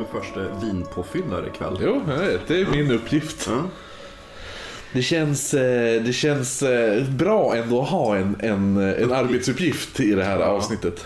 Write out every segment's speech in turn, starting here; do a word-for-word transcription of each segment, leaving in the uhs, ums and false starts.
första vinpåfyllare ikväll. Jo, det är min uppgift. Ja. Det känns, det känns bra ändå att ha en, en, en arbetsuppgift i det här avsnittet.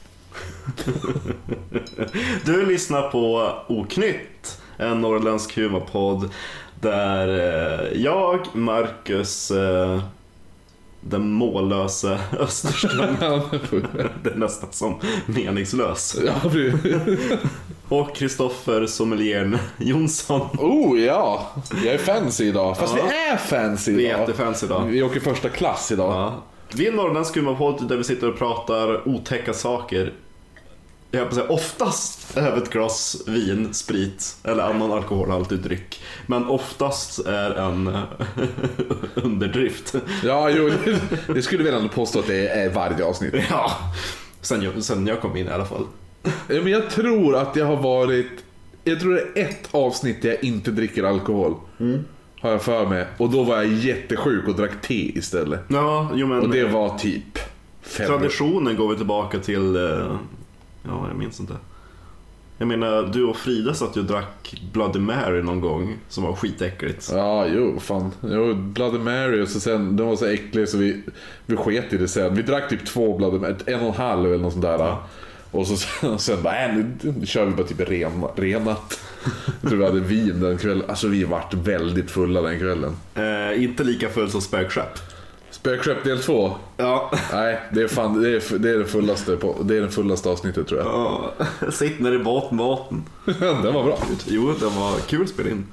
Du lyssnar på Oknytt, en norrländsk humorpodd där jag, Marcus, den mållösa Österström, det är nästan som meningslös, ja, och Kristoffer Sommelier Jonsson. Oh ja, jag är fancy idag. Fast ja. vi är fancy idag. Vi är jättefancy idag. Vi åker första klass idag. Ja. Vi är en norrländsk humorpodd där vi sitter och pratar otäcka saker. Jag höll på att säga oftast över ett glas vin, sprit eller annan alkoholhaltig dryck. Men oftast är en underdrift. Ja, jo, det skulle väl ändå påstå att det är varje avsnitt. Ja, sen jag, sen jag kom in i alla fall. Ja, men jag tror att jag har varit... Jag tror det är ett avsnitt där jag inte dricker alkohol. Mm. Har jag för mig. Och då var jag jättesjuk och drack te istället. Ja, jo, men... Och det var typ... fem. Traditionen går vi tillbaka till... Ja, jag minns inte. Jag menar, du och Frida satt ju och drack Bloody Mary någon gång som var skitäckligt. Ja, jo, fan. Jo, Bloody Mary och så sen, den var så äcklig så vi, vi sket i det sen. Vi drack typ två Bloody Mary, en och en halv eller något sånt där. Ja. Och så sen, sen bara, äh, nu, nu kör vi bara typ ren, renat. Jag tror vi hade vin den kvällen. Alltså vi vart väldigt fulla den kvällen. Eh, inte lika full som Spökskepp. Spökskepp del två. Ja. Nej, det är fan det är, det är det fullaste på, det är den fullaste avsnittet tror jag. Ja. Sitt ner i båten båten. Den var bra. Jo, den var kul spel in.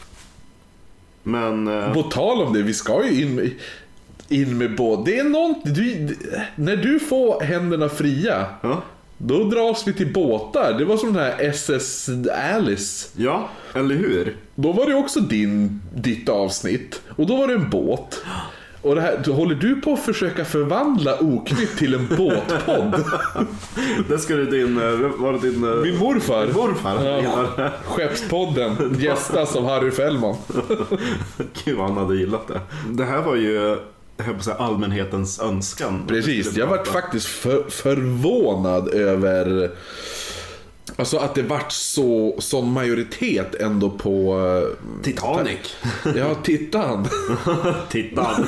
Men eh... på tal om det, vi ska ju in med, in med båt. Det är något du, när du får händerna fria. Ja. Då dras vi till båtar. Det var som den här S S Alice. Ja, eller hur? Då var det också din, ditt avsnitt. Och då var det en båt. Och det här, håller du på att försöka förvandla Oknytt till en båtpodd? Det skulle din... Var det din... Min morfar. Min morfar. Ja. Skeppspodden. Gästas av Harry Fällman. Gud, han hade gillat det. Det här var ju... Jag höll på att säga allmänhetens önskan. Precis, jag var faktiskt för, förvånad över alltså att det vart så sån majoritet ändå på Titanic. Ja, Titan. Titan.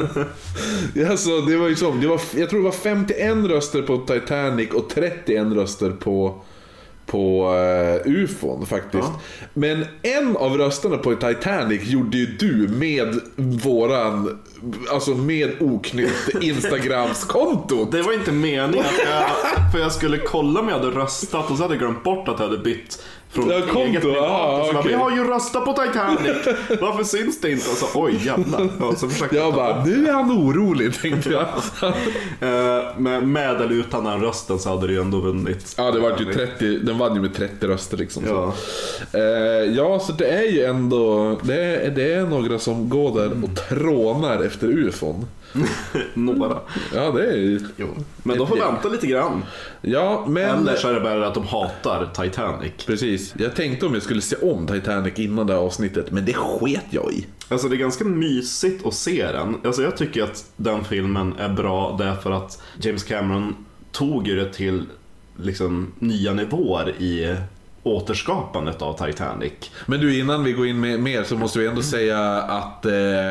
Ja, så det var ju som det var, jag tror det var femtioen röster på Titanic och trettioen röster på på uh, U F O N faktiskt. Ja. Men en av rösterna på Titanic gjorde ju du med våran, alltså med Oknytt Instagrams-kontot. Det var inte meningen att jag, för jag skulle kolla om jag hade röstat och så hade jag glömt bort att jag hade bytt från ja, eget privat. Ah, okay. Vi har ju röstat på Titanic. Varför syns det inte? Och så, oj jävlar. Och så försökte jag bara, nu är han orolig, tänkte jag. Men med eller utan den rösten så hade det ju ändå vunnit. Ja, det var ju trettio, den vann ju med trettio röster liksom. Ja, så. Ja, så det är ju ändå det är, det är några som går där och trånar efter U F O N. Några. Ja, det är ju... Jo. Men de får vänta lite grann. Ja, men... Eller så är det bara att de hatar Titanic. Precis. Jag tänkte om jag skulle se om Titanic innan det här avsnittet, men det sket jag i. Alltså det är ganska mysigt att se den. Alltså jag tycker att den filmen är bra därför att James Cameron tog ju det till liksom nya nivåer i återskapandet av Titanic. Men du, innan vi går in med mer så måste vi ändå säga att... Eh...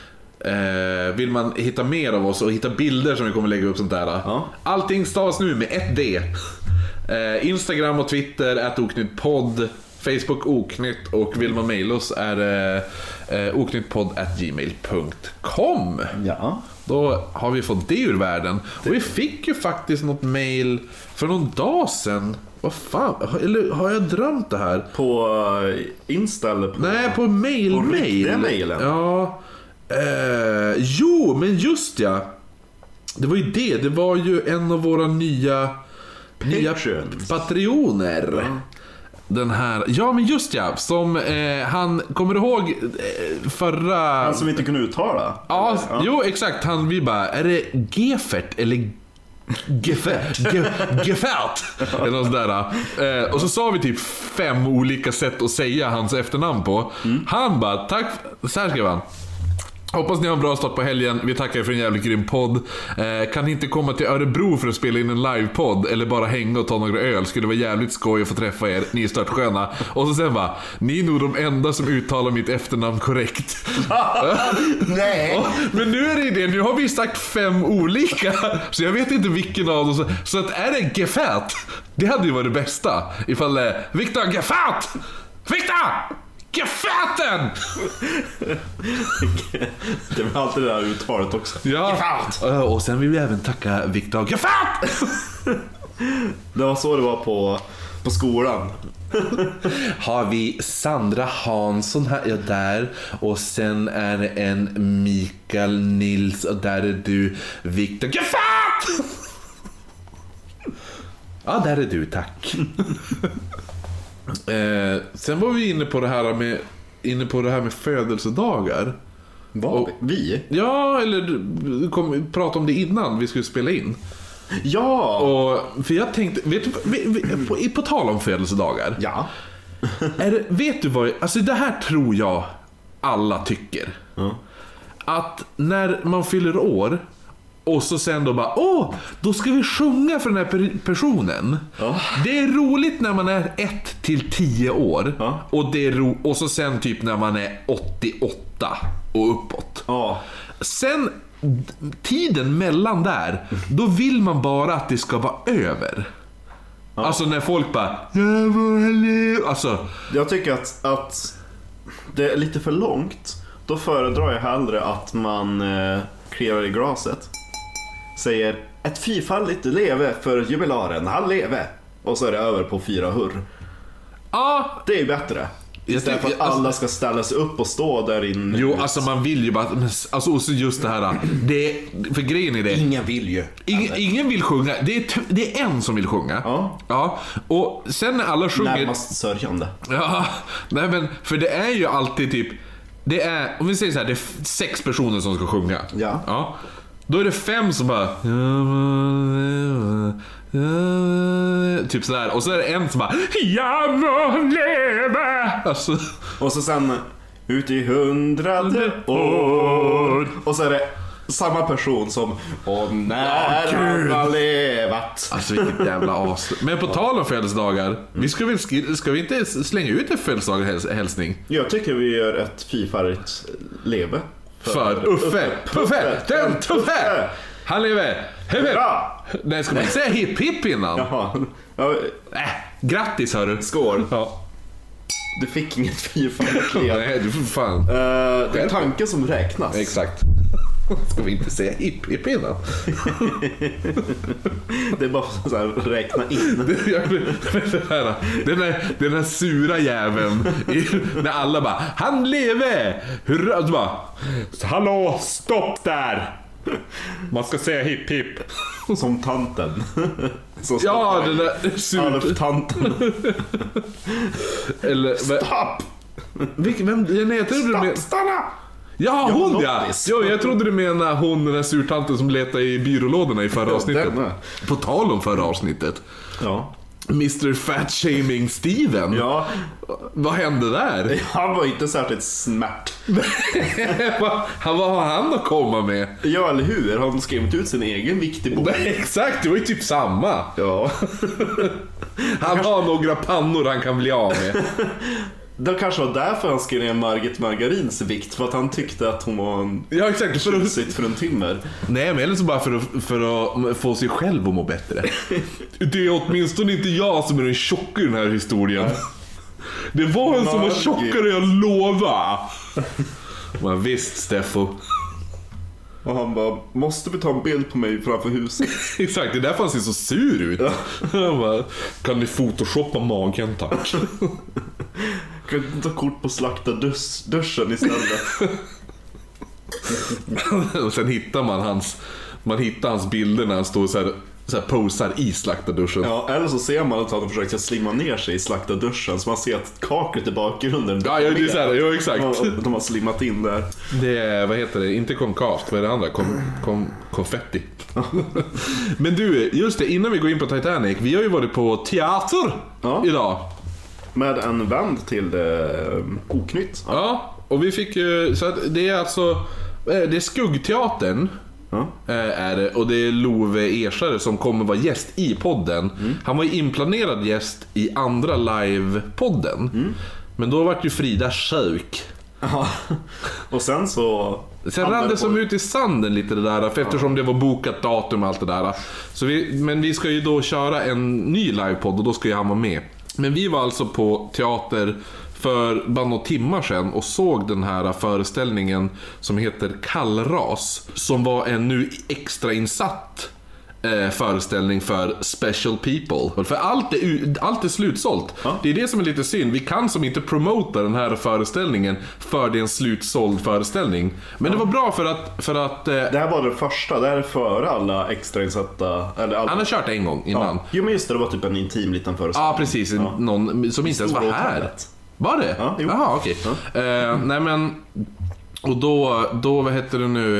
Eh, vill man hitta mer av oss och hitta bilder som vi kommer lägga upp sånt där, ja. Allting stavas nu med ett D. eh, Instagram och Twitter at oknyttpodd, Facebook oknytt, och vill man mejla oss är eh, oknyttpodd at gmail punkt com. Ja. Då har vi fått det ur världen. Och vi fick ju faktiskt något mejl för någon dag sedan. Vad fan, eller har jag drömt det här? På Insta eller på... Nej, på mail. På riktiga mejlen. Ja. Eh, jo, men just ja. Det var ju det. Det var ju en av våra nya Nya patrioner. Ja. Den här, ja men just ja. Som eh, han, kommer du ihåg eh, förra... Han som inte kunde uttala. Ja, ja, jo exakt. Han, vi bara, är det Gefert eller Gefert Gefert eller något sådär. eh, Och så sa vi typ fem olika sätt att säga hans efternamn på. mm. Han bara, tack, så här skrev han: Hoppas ni har en bra start på helgen. Vi tackar er för en jävligt grym podd. eh, Kan ni inte komma till Örebro för att spela in en livepodd eller bara hänga och ta några öl? Skulle vara jävligt skoj att få träffa er. Ni är stört sköna. Och så sen va, ni är nog de enda som uttalar mitt efternamn korrekt. Nej. Men nu är det det, nu har vi sagt fem olika. Så jag vet inte vilken av dem. Så att är det Gefät, det hade ju varit det bästa. Ifall det är Viktor Gefät. Viktor Gefäten! Det var alltid det där uttalet också. Ja. Gefät! Och sen vill vi även tacka Viktor Gefät! Det var så det var på, på skolan. Har vi Sandra Hansson här, ja, där. Och sen är det en Mikael Nils. Och där är du Viktor Gefät! Ja, där är du, tack. eh, Sen var vi inne på det här med Inne på det här med födelsedagar. Var vi? Ja, eller du kom prata om det innan vi skulle spela in. Ja. Och för jag tänkte, vet du, på, på tal om födelsedagar. Ja. Är det, vet du vad, alltså det här tror jag alla tycker. Mm. Att när man fyller år och så sen då bara, åh, då ska vi sjunga för den här per- personen. Ja. Det är roligt när man är ett till tio år. Ja. Och det är ro- och så sen typ när man är åttioåtta och uppåt. Ja. Sen tiden mellan där, då vill man bara att det ska vara över. Ja. Alltså när folk bara, alltså, Jag tycker att, att det är lite för långt. Då föredrar jag hellre att man eh, kliar i glaset, säger ett fyrfaldigt leve för jubilaren, han leve. Och så är det över på fyra hurr. Ja, det är ju bättre. Istället för att alla ska ställa sig upp och stå där inne. Jo, alltså man vill ju bara, alltså också just det här, det, för grejen är det, ingen vill ju. Ingen, ingen vill sjunga. Det är, t- det är en som vill sjunga. Ja. Ja. Och sen när alla sjunger, närmast sörjande. Ja, nej men för det är ju alltid typ, det är, om vi säger så här, det är sex personer som ska sjunga. Ja. Ja. Då är det fem som bara typ sådär. Och så är det en som bara jag må leva. Alltså. Och så sen ut i hundrade år. Och så är det samma person som och när oh, han har levat. Alltså vilket jävla as. Men på tal om födelsedagar, mm. vi ska, väl, ska vi inte slänga ut en födelsedagshälsning? Jag tycker vi gör ett fyrfärdigt leve För, för Uffe, Puffe, den Tuffe. Han lever. Bra. Nej, ska man säga hipp hipp innan? Jaha. Ja, äh, grattis hörru. skål. Ja. Du fick inget fyrfärdigt leve. Nej, du får fan. Uh, det är tanken som räknas. Exakt. Ska vi inte säga hipp hipp innan? Det är bara så här, räkna in. Den där, den där sura jäveln när alla bara, han lever. Hurra, du bara, hallå, stopp där. Man ska säga hipp hipp. Som tanten. Så ja, den där sur tanten. Eller stopp. Vilken, vem, nej, jag trodde du men... stanna. Ja, hon ja. Jo, jag trodde du menade hon, den där surtanten som letade i byrålådorna i förra avsnittet. På tal om förra avsnittet. Ja. mister Fat Shaming Steven. Ja. Vad hände där? Han var inte särskilt smärt. Han, vad har han att komma med? Ja, eller hur? Han skrev ut sin egen viktig bok. Nej, exakt, det var ju typ samma. Ja. Han har några pannor han kan bli av med. Det kanske var därför han skrev ner Margit Margarins vikt. För att han tyckte att hon var en... Ja, exakt, för att... sitt för en timmer. Nej, men eller så bara för att, för att få sig själv att må bättre. Det är åtminstone inte jag som är den tjocka i den här historien. Det var en som var tjockare, jag lovar. Men visst, Steffo. Och han bara, måste vi ta en bild på mig framför huset? Exakt, det är därför han ser så sur ut. Ja. Han bara, kan ni photoshoppa magen, tack? Kan du ta kort på slakta dus- duschen istället? Och sen hittar man hans, man hittar hans bilder när han står så här, så här posar i slaktarduschen. Ja, eller så ser man att han försöker slimma ner sig i slaktarduschen, så man ser att kaklet i bakgrunden. Ja, ja, det är så här, ja, exakt. De, de har slimmat in där. Det är, vad heter det? Inte konkavt, vad är det andra? Kom, kom, konfetti. Men du, just det, innan vi går in på Titanic, vi har ju varit på teater ja. idag. Med en vän till eh, Oknytt. Ja. ja, och vi fick ju, så att det är alltså Det är Skuggteatern. Ja. Är det, och det är Love Ersare som kommer vara gäst i podden. Mm. Han var ju inplanerad gäst i andra live-podden. Mm. Men då var ju Frida sjuk. Ja. Och sen så Sen rann det som ut i sanden lite det där, för eftersom det var bokat datum och allt det där. Så vi, men vi ska ju då köra en ny livepodd och då ska ju han vara med. Men vi var alltså på teater för bara några timmar sedan och såg den här föreställningen som heter Kallras, som var en nu extra insatt eh, föreställning för special people. För allt är, allt är slutsålt. Ja. Det är det som är lite synd. Vi kan som inte promota den här föreställningen för det är en slutsåld föreställning. Men ja. Det var bra för att... För att eh, det här var det första, det här är före alla extrainsatta... Eller alla... Han har kört en gång innan. Ja. Jo men just det, det var typ en intim liten föreställning. Ja precis, ja. Någon som inte ens var här. Var det? Ja, jaha, okej. Ja. Eh, nej men... Och då, då, vad heter det nu?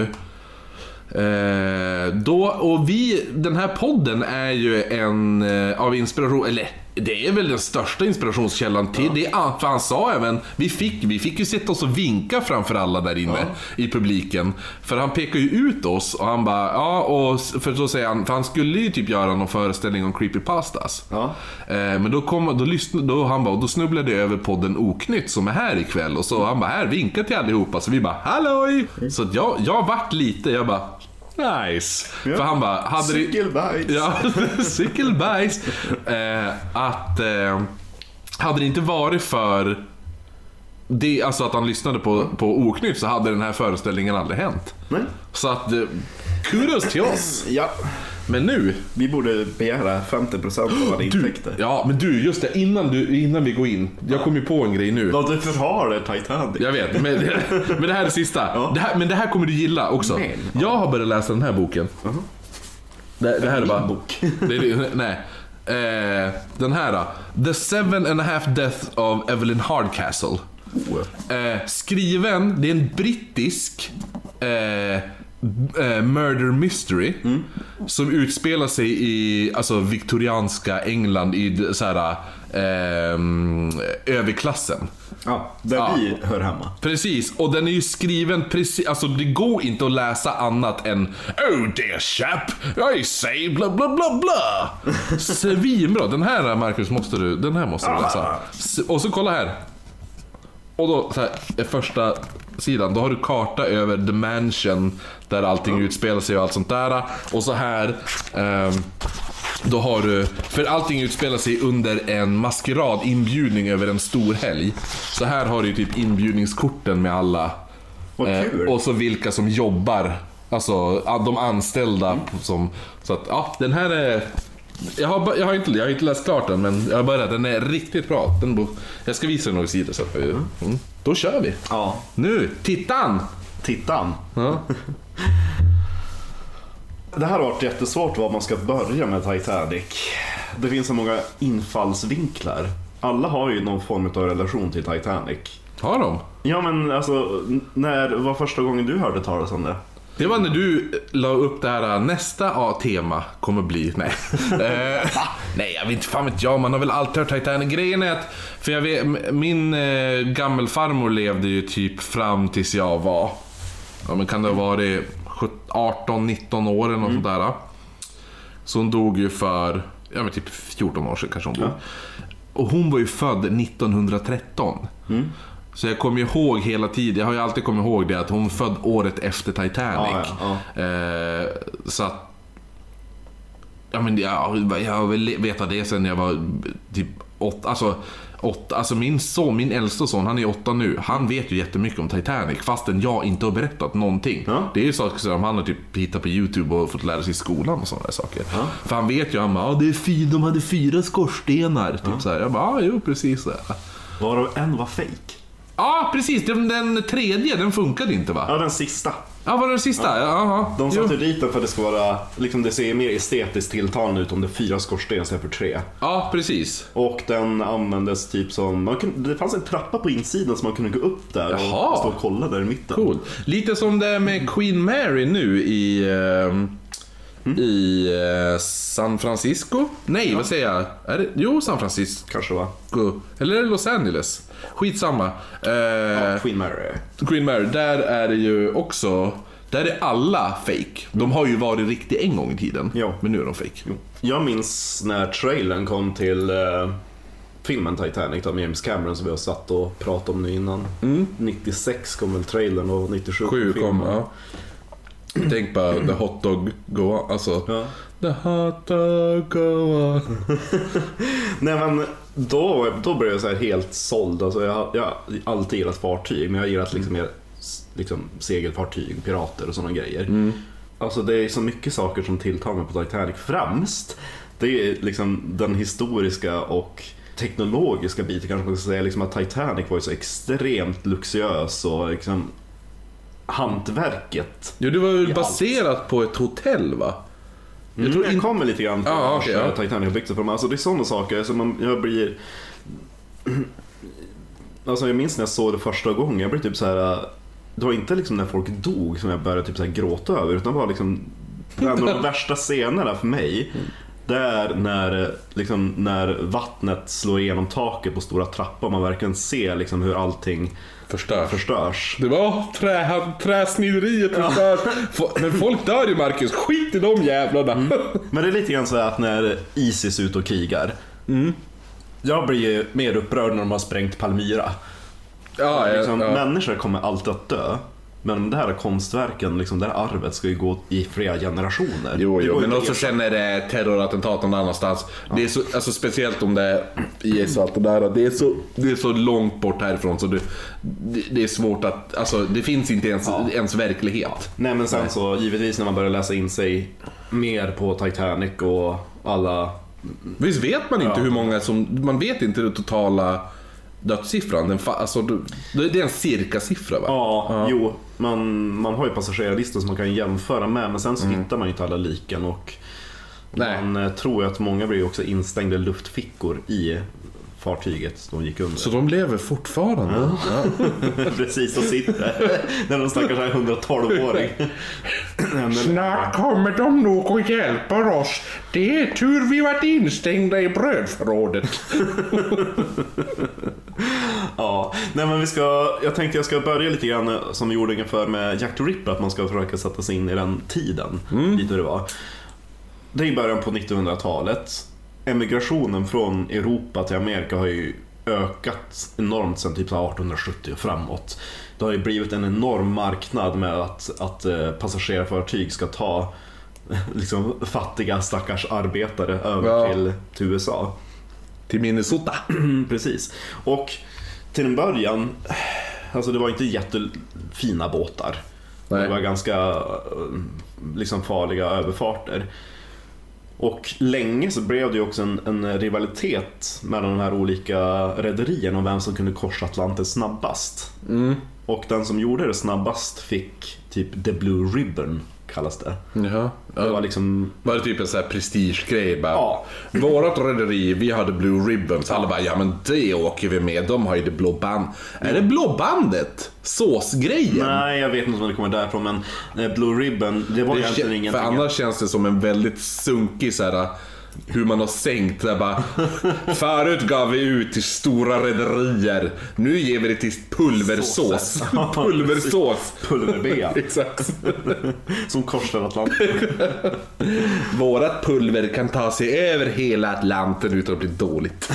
Eh, då, och vi, den här podden är ju en eh, av inspiration, eller det är väl den största inspirationskällan till ja. Det. För han sa även, vi fick, vi fick ju sitta oss och vinka framför alla där inne ja. I publiken. För han pekar ju ut oss och han bara, ja, och för så säger han, för han skulle ju typ göra någon föreställning om creepypastas. Ja. Eh, men då kom, då lyssnade, då han bara, och då snubblade jag över podden Oknytt som är här ikväll. Och så han bara, här, vinka till allihopa. Så vi bara, halloj! Mm. Så att jag, jag vart lite, jag bara, nice. Ja. För han bara hade cykelbajs. Ja, cykelbajs. eh, att eh, hade det inte varit för det, alltså att han lyssnade på, på Oknytt, så hade den här föreställningen aldrig hänt. Nej. Så att eh, kudos till oss. Ja. Men nu vi borde begära femtio procent av alla intäkter. Ja, men du, just det, innan, du, innan vi går in. Jag kom ju på en grej nu. Vad du förhar det, Titanic. Jag vet, men, men det här är det sista. Ja. det här, Men det här kommer du gilla också. Men, ja. Jag har börjat läsa den här boken. uh-huh. det, det här är bara bok. det är, nej eh, den här The Seven and a Half Deaths of Evelyn Hardcastle. oh. eh, Skriven, det är en brittisk eh, Uh, murder mystery mm. som utspelar sig i alltså viktorianska England i så här uh, överklassen. Ja, där ja. Vi hör hemma. Precis, och den är ju skriven precis, alltså det går inte att läsa annat än oh dear chap, I say bla bla bla bla. Svinbra, den här Marcus måste du, den här måste du läsa. Och så kolla här. Och då så här, är första sidan, då har du karta över The Mansion där allting utspelar sig och allt sånt där. Och så här um, då har du, för allting utspelar sig under en maskerad inbjudning över en stor helg. Så här har du typ inbjudningskorten med alla. Vad kul. Eh, och så vilka som jobbar, alltså de anställda mm. som, så att ja, den här är Jag har, jag, har inte, jag har inte läst klart den, men jag har börjat. Den är riktigt bra. Den, jag ska visa dig några sidor så att, mm. Då kör vi. Ja. Nu, tittan. Tittan. Ja. Det här har varit jättesvårt var man ska börja med Titanic. Det finns så många infallsvinklar. Alla har ju någon form av relation till Titanic. Har de? Ja, men alltså, när var första gången du hörde talas om det? Det var när du la upp det här, nästa ja, tema kommer bli, nej eh, nej, jag vet inte, fan vet jag, man har väl alltid hört Titanic. Grejen är att, för jag vet, min eh, gammelfarmor levde ju typ fram tills jag var, ja men kan det ha varit arton nitton år eller något mm. sånt där. Så hon dog ju för, ja men typ fjorton år sedan kanske hon dog. Ja. Och hon var ju född nittonhundratretton. Mm. Så jag kommer ihåg hela tiden, jag har ju alltid kommit ihåg det, att hon född året efter Titanic. Ja, ja, ja. Eh, så att ja, men ja, jag har väl vetat det sen jag var typ åtta, alltså åtta, alltså min son, min äldste son, han är åtta nu. Han vet ju jättemycket om Titanic fastän jag inte har berättat någonting. Ja. Det är ju saker som han har typ hittat på YouTube och fått lära sig i skolan och sådana där saker. Ja. För han vet ju, han bara, ah, det är fy, de hade fyra skorstenar typ ja. Så här. Jag bara, ah, jo precis det. Var en var fake? Ja, precis. Den, den tredje, den funkade inte va? Ja, den sista. Ja, var det den sista? Ja. Aha. De satte dit den för att det ska vara, liksom det ser mer estetiskt tilltalande ut om det är fyra skorsten istället för tre. Ja, precis. Och den användes typ som, man kunde, det fanns en trappa på insidan som man kunde gå upp där. Jaha. Och stå och kolla där i mitten. Cool. Lite som det med Queen Mary nu i... Uh... mm. i eh, San Francisco. Nej, ja. vad säger jag? Är det? Jo, San Francisco. Kanske va? Eller Los Angeles. Skitsamma. Eh, ja, Queen Mary. Queen Mary, där är det ju också... Där är alla fake. De har ju varit riktigt en gång i tiden. Jo. Men nu är de fake. Jo. Jag minns när trailern kom till eh, filmen Titanic med James Cameron som vi har satt och pratat om nu innan. Mm. nittiosex kom väl trailern och nittiosju Sju kom, ja. Tänk bara The Hot Dog Go On. Alltså, ja. The Hot Dog Go On. Nej men då, då blev jag så här helt såld. Alltså, jag, jag har alltid gillat fartyg, men jag har gillat liksom mer liksom segelfartyg, pirater och sådana grejer. Mm. Alltså det är så mycket saker som tilltar mig på Titanic. Främst det är liksom den historiska och teknologiska biten, kanske man ska säga, liksom att Titanic var ju så extremt luxuös och liksom hantverket. Jo, det var ju baserat allt på ett hotell, va? Jag tror mm, jag kommer lite grann på ah, okay, ja. Titanic har byggt sig för mig. Alltså det är sådana saker som man, jag blir alltså jag minns när jag såg det första gången, jag blev typ så här. Det var inte liksom när folk dog som jag började typ så här gråta över, utan det var liksom en av de värsta scenerna för mig. Det är när, liksom, när vattnet slår igenom taket på stora trappor. Man verkligen ser liksom hur allting förstörs. förstörs. Det var trä, träsnideriet förstörs. Ja. Men folk dör ju, Marcus. Skit i de jävlarna. Mm. Men det är lite grann så att när ISIS är ute och krigar. Mm. Jag blir ju mer upprörd när de har sprängt Palmyra. Ja, liksom, ja. Människor kommer alltid att dö. Men det här konstverken, liksom, det här arvet ska ju gå i flera generationer. Jo, jo men också sen är det terrorattentat någon annanstans. Ja. Det är så, alltså, speciellt om det är I S och allt det där. Det är så, det är så långt bort härifrån så det, det är svårt att... Alltså, det finns inte ens, ja. ens verklighet. Ja. Nej, men sen Nej. så givetvis när man börjar läsa in sig mer på Titanic och alla... Visst vet man inte ja. hur många som... Man vet inte det totala... dödssiffran, den fa- alltså, det är en cirka siffra, va? Ja, ja. jo, man, man har ju passagerarlistor som man kan jämföra med, men sen så mm. hittar man ju inte alla liken och Nej. man tror ju att många blir också instängda luftfickor i fartyget de gick under. Så de lever fortfarande? Ja. Ja. Precis, och sitter när de snackar så här hundratolv-åring. Snart kommer de nog och hjälper oss. Det är tur vi varit instängda i brödförrådet. Ja, nej men vi ska, jag tänkte jag ska börja lite grann som vi gjorde ungefär med Jack the Ripper, att man ska försöka sätta sig in i den tiden, mm. lite hur det var. Det är i början på nittonhundratalet. Emigrationen från Europa till Amerika har ju ökat enormt sedan typ artonhundrasjuttio och framåt. Det har ju blivit en enorm marknad med att, att passagerarfartyg ska ta liksom fattiga stackars arbetare över ja. till, till U S A. Till Minnesota. Precis. Och till en början, alltså det var inte jättefina båtar. Nej. Det var ganska liksom farliga överfarter. Och länge så blev det ju också en, en rivalitet mellan de här olika rederierna om vem som kunde korsa Atlanten snabbast. Mm. Och den som gjorde det snabbast fick typ The Blue Ribbon, kallas det. Jaha. Det var liksom... Var det typ en sån här prestigegrej bara? Ja. Vårat rederi, vi hade Blue Ribbon. Så ja. alla bara, ja men det åker vi med. De har ju det blå band. Mm. Är det blå bandet? Såsgrejen? Nej, jag vet inte om det kommer därifrån. Men Blue Ribbon, det var det egentligen k- ingenting. För annars känns det som en väldigt sunkig så här, hur man har sänkt det bara. Förut gav vi ut till stora rederier. Nu ger vi det till pulversås. Pulversås. Pulverbea. Exakt. Som korsar Atlanten. Vårat pulver kan ta sig över hela Atlanten utan att bli dåligt.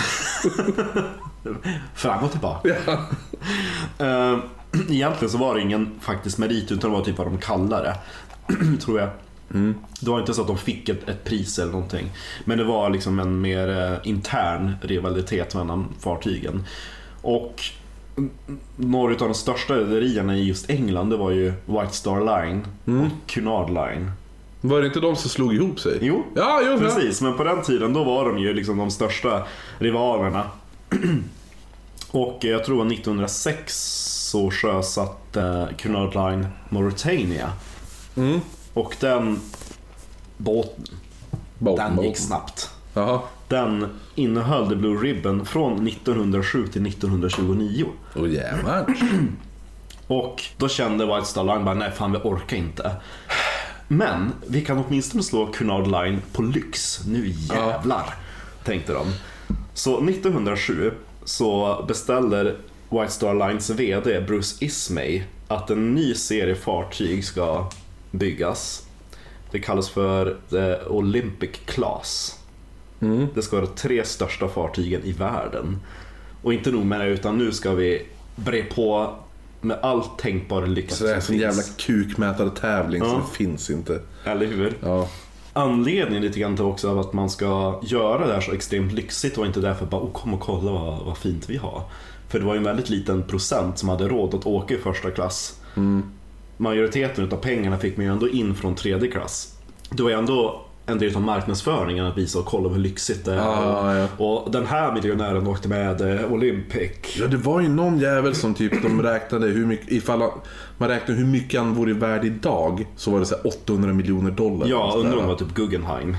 Fram och tillbaka. Ja. Uh, egentligen så var det ingen faktisk merit, utan det var typ vad de kallar det. Tror jag. Mm. Det var inte så att de fick ett, ett pris eller någonting, men det var liksom en mer eh, intern rivalitet mellan fartygen. Och några av de största rederierna i just England, det var ju White Star Line mm. och Cunard Line. Var det inte de som slog ihop sig? Jo, ja, jo precis, men på den tiden då var de ju liksom de största rivalerna. Och jag tror att nittonhundrasex så sjösatte Cunard Line Mauretania. Mm. Och den båten, båten den gick snabbt. Aha. Den innehöll The Blue Ribbon från nittonhundrasju till nittonhundratjugonio. Åh oh, jävlar. Och då kände White Star Line bara, nej fan vi orkar inte. Men vi kan åtminstone slå Cunard Line på lyx. Nu jävlar, ja. tänkte de. Så nittonhundrasju så beställer White Star Lines vd Bruce Ismay att en ny serie fartyg ska byggas. Det kallas för The Olympic Class. Mm. Det ska vara de tre största fartygen i världen. Och inte nog med det, utan nu ska vi bre på med all tänkbar lyx. Så det är en sån jävla kukmätare tävling, ja. Så det finns inte. Eller hur? Ja. Anledningen lite grann till också av att man ska göra det här så extremt lyxigt var inte därför bara, oh, kom och kolla vad, vad fint vi har. För det var ju en väldigt liten procent som hade råd att åka i första klass. Mm. Majoriteten av pengarna fick man ju ändå in från tredje klass. Det var ju ändå en del av marknadsföringen att visa och kolla hur lyxigt det är. Ah, ja. Och den här miljonären åkte med Olympic. Ja, det var ju någon jävel som typ de räknade hur mycket, ifall man räknade hur mycket han vore värd idag, så var det så här åttahundra miljoner dollar. Ja, undrar om det var typ Guggenheim.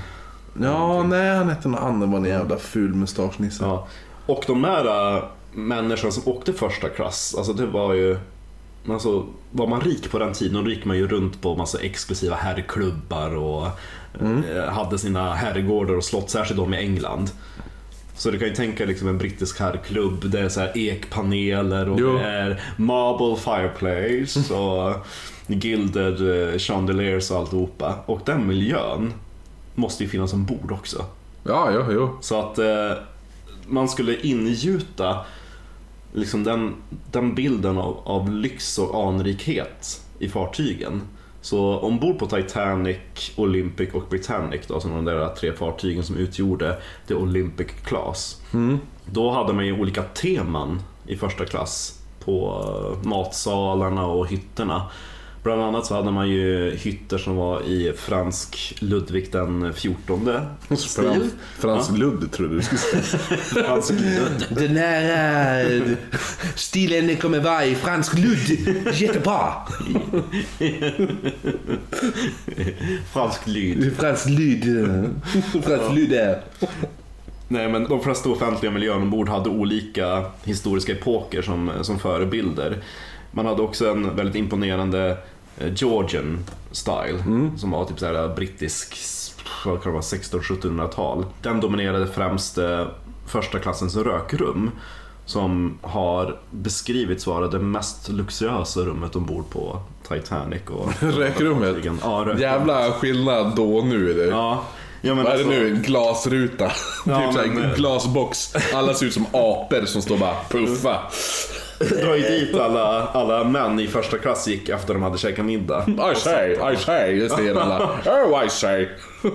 Ja, nej, han hette någon annan, var en jävla ful mustaschnisse. Ja. Och de där människorna som åkte första klass, alltså det var ju, alltså, var man rik på den tiden, då gick man ju runt på massa exklusiva herrklubbar och mm. hade sina herrgårdar och slott, särskilt de i England. Så du kan ju tänka liksom en brittisk herrklubb, det är så här ekpaneler och jo. Det är marble fireplace och gilded chandeliers och alltihopa. Och den miljön måste ju finnas ombord också. Ja, jo, jo. Så att eh, man skulle ingjuta liksom den, den bilden av, av lyx och anrikhet i fartygen. Så ombord på Titanic, Olympic och Britannic då, som de där tre fartygen som utgjorde det Olympic Class. Mm. Då hade man ju olika teman i första klass på matsalarna och hytterna. Bland annat så hade man ju hytter som var i fransk Ludvig den fjortonde stil. Frans, fransk ja. Ludd tror du skulle säga. Fransk Ludd. Den här stilen kommer vara i fransk Ludd. Jättebra. Fransk Ludd. Fransk Ludd. Fransk Ludd är. Nej, men de flesta offentliga miljöer ombord hade olika historiska epoker som, som förebilder. Man hade också en väldigt imponerande Georgian style mm. som var typ så här brittisk, vad kan det vara, sexton-sjuttonhundratal. Den dominerade främst första klassens rökrum, som har beskrivits vara det mest luxuösa rummet ombord på Titanic. Och rökrummet? Ja, rökrummet. Jävla skillnad då och nu är det. Ja. Ja, men vad är alltså, det nu? En glasruta. Ja, typ såhär, en glasbox. Alla ser ut som apor som står bara puffa. Dra ju dit alla, alla män i första klass gick efter de hade käkat middag. I say, I say, det säger alla. Oh, I say.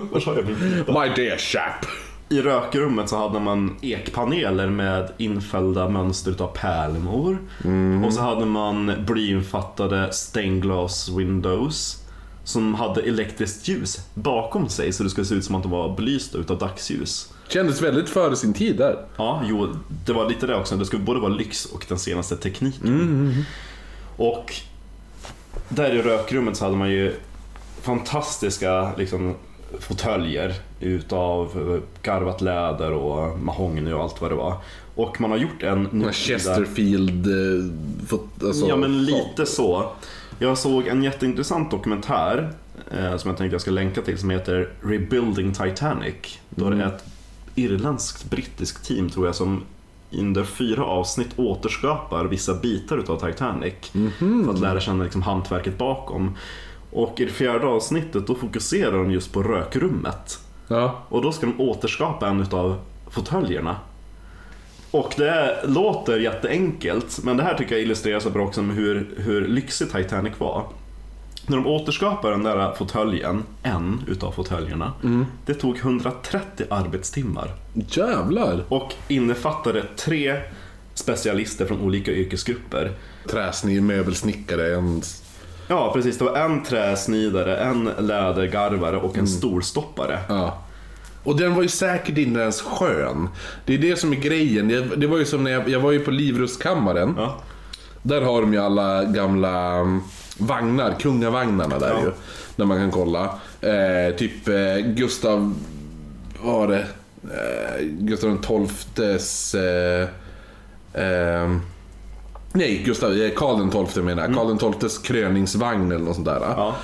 My dear chap. I rökrummet så hade man ekpaneler med infällda mönster av pärlmor. Mm. Och så hade man blyinfattade stained glass windows som hade elektriskt ljus bakom sig, så det skulle se ut som att de var belysta utav dagsljus. Kändes väldigt före sin tid där. Ja, jo, det var lite det också. Det skulle både vara lyx och den senaste tekniken. Mm, mm, mm. Och där i rökrummet så hade man ju fantastiska liksom, fåtöljer utav garvat läder och mahogny och allt vad det var. Och man har gjort en Chesterfield eh, alltså, ja, men lite så. Jag såg en jätteintressant dokumentär eh, som jag tänkte jag ska länka till, som heter Rebuilding Titanic. Då mm. det är ett irländskt brittiskt team, tror jag, som under fyra avsnitt återskapar vissa bitar utav Titanic mm-hmm. för att lära känna liksom hantverket bakom. Och i det fjärde avsnittet då fokuserar de just på rökrummet. Ja. Och då ska de återskapa en utav fåtöljerna. Och det låter jätteenkelt, men det här tycker jag illustrerar så bra också med hur, hur lyxig Titanic var. När de återskapar den där fåtöljen, en utav fåtöljerna, mm. det tog hundratrettio arbetstimmar. Jävlar! Och innefattade tre specialister från olika yrkesgrupper. Träsnid, möbelsnickare, en... Ja, precis. Det var en träsnidare, en lädergarvare och en mm. storstoppare. Ja. Och den var ju säkert inte ens skön. Det är det som är grejen. Det, det var ju som när jag, jag var ju på Livrustkammaren. Ja. Där har de ju alla gamla vagnar, kungavagnarna där ja. ju. Där man kan kolla. Eh, typ eh, Gustav, vad var det? Eh, Gustav den tolftes... Eh, eh, nej, Gustav, Karl den tolfte menar jag. Mm. Karl den tolftes kröningsvagn eller något sånt där. Ja.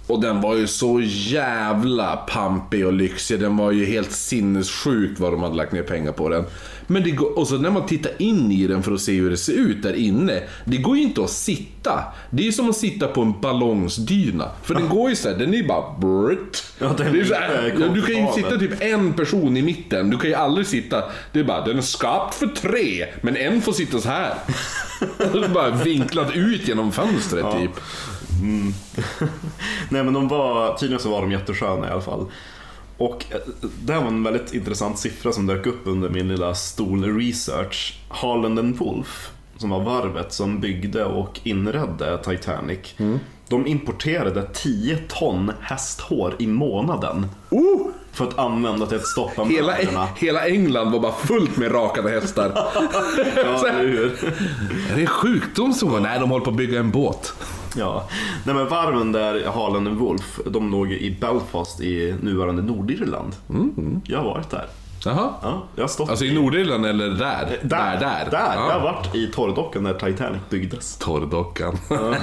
Och den var ju så jävla pampig och lyxig. Den var ju helt sinnessjukt vad de hade lagt ner pengar på den. Men det går, och så när man tittar in i den för att se hur det ser ut där inne, det går ju inte att sitta. Det är ju som att sitta på en ballongsdyna. För den går ju så här, den är ju bara brut. Ja, det är så här, ja, du kan ju sitta typ en person i mitten. Du kan ju aldrig sitta. Det är bara, den är skapt för tre, men en får sitta så här. Det är bara vinklat ut genom fönstret, ja. Typ. Mm. Nej, men de var, tydligen så var de jättesköna i alla fall. Och det här var en väldigt intressant siffra som dök upp under min lilla stol research. Harland and Wolff, som var varvet som byggde och inredde Titanic, mm. de importerade tio ton hästhår i månaden. Oh! För att använda till att stoppa hela, hela England var bara fullt med rakade hästar. Ja, det är hur. Är det en sjukdom så? Ja. Nej, de håller på att bygga en båt. Ja, nej, men varven där, Harland and Wolff, de låg i Belfast i nuvarande Nordirland. Mm. Jag har varit där. Jaha. Ja, jag har stått alltså i Nordirland eller där? Där, där. där. där. Ja. Jag har varit i torrdockan där Titanic byggdes. Torrdockan. Ja.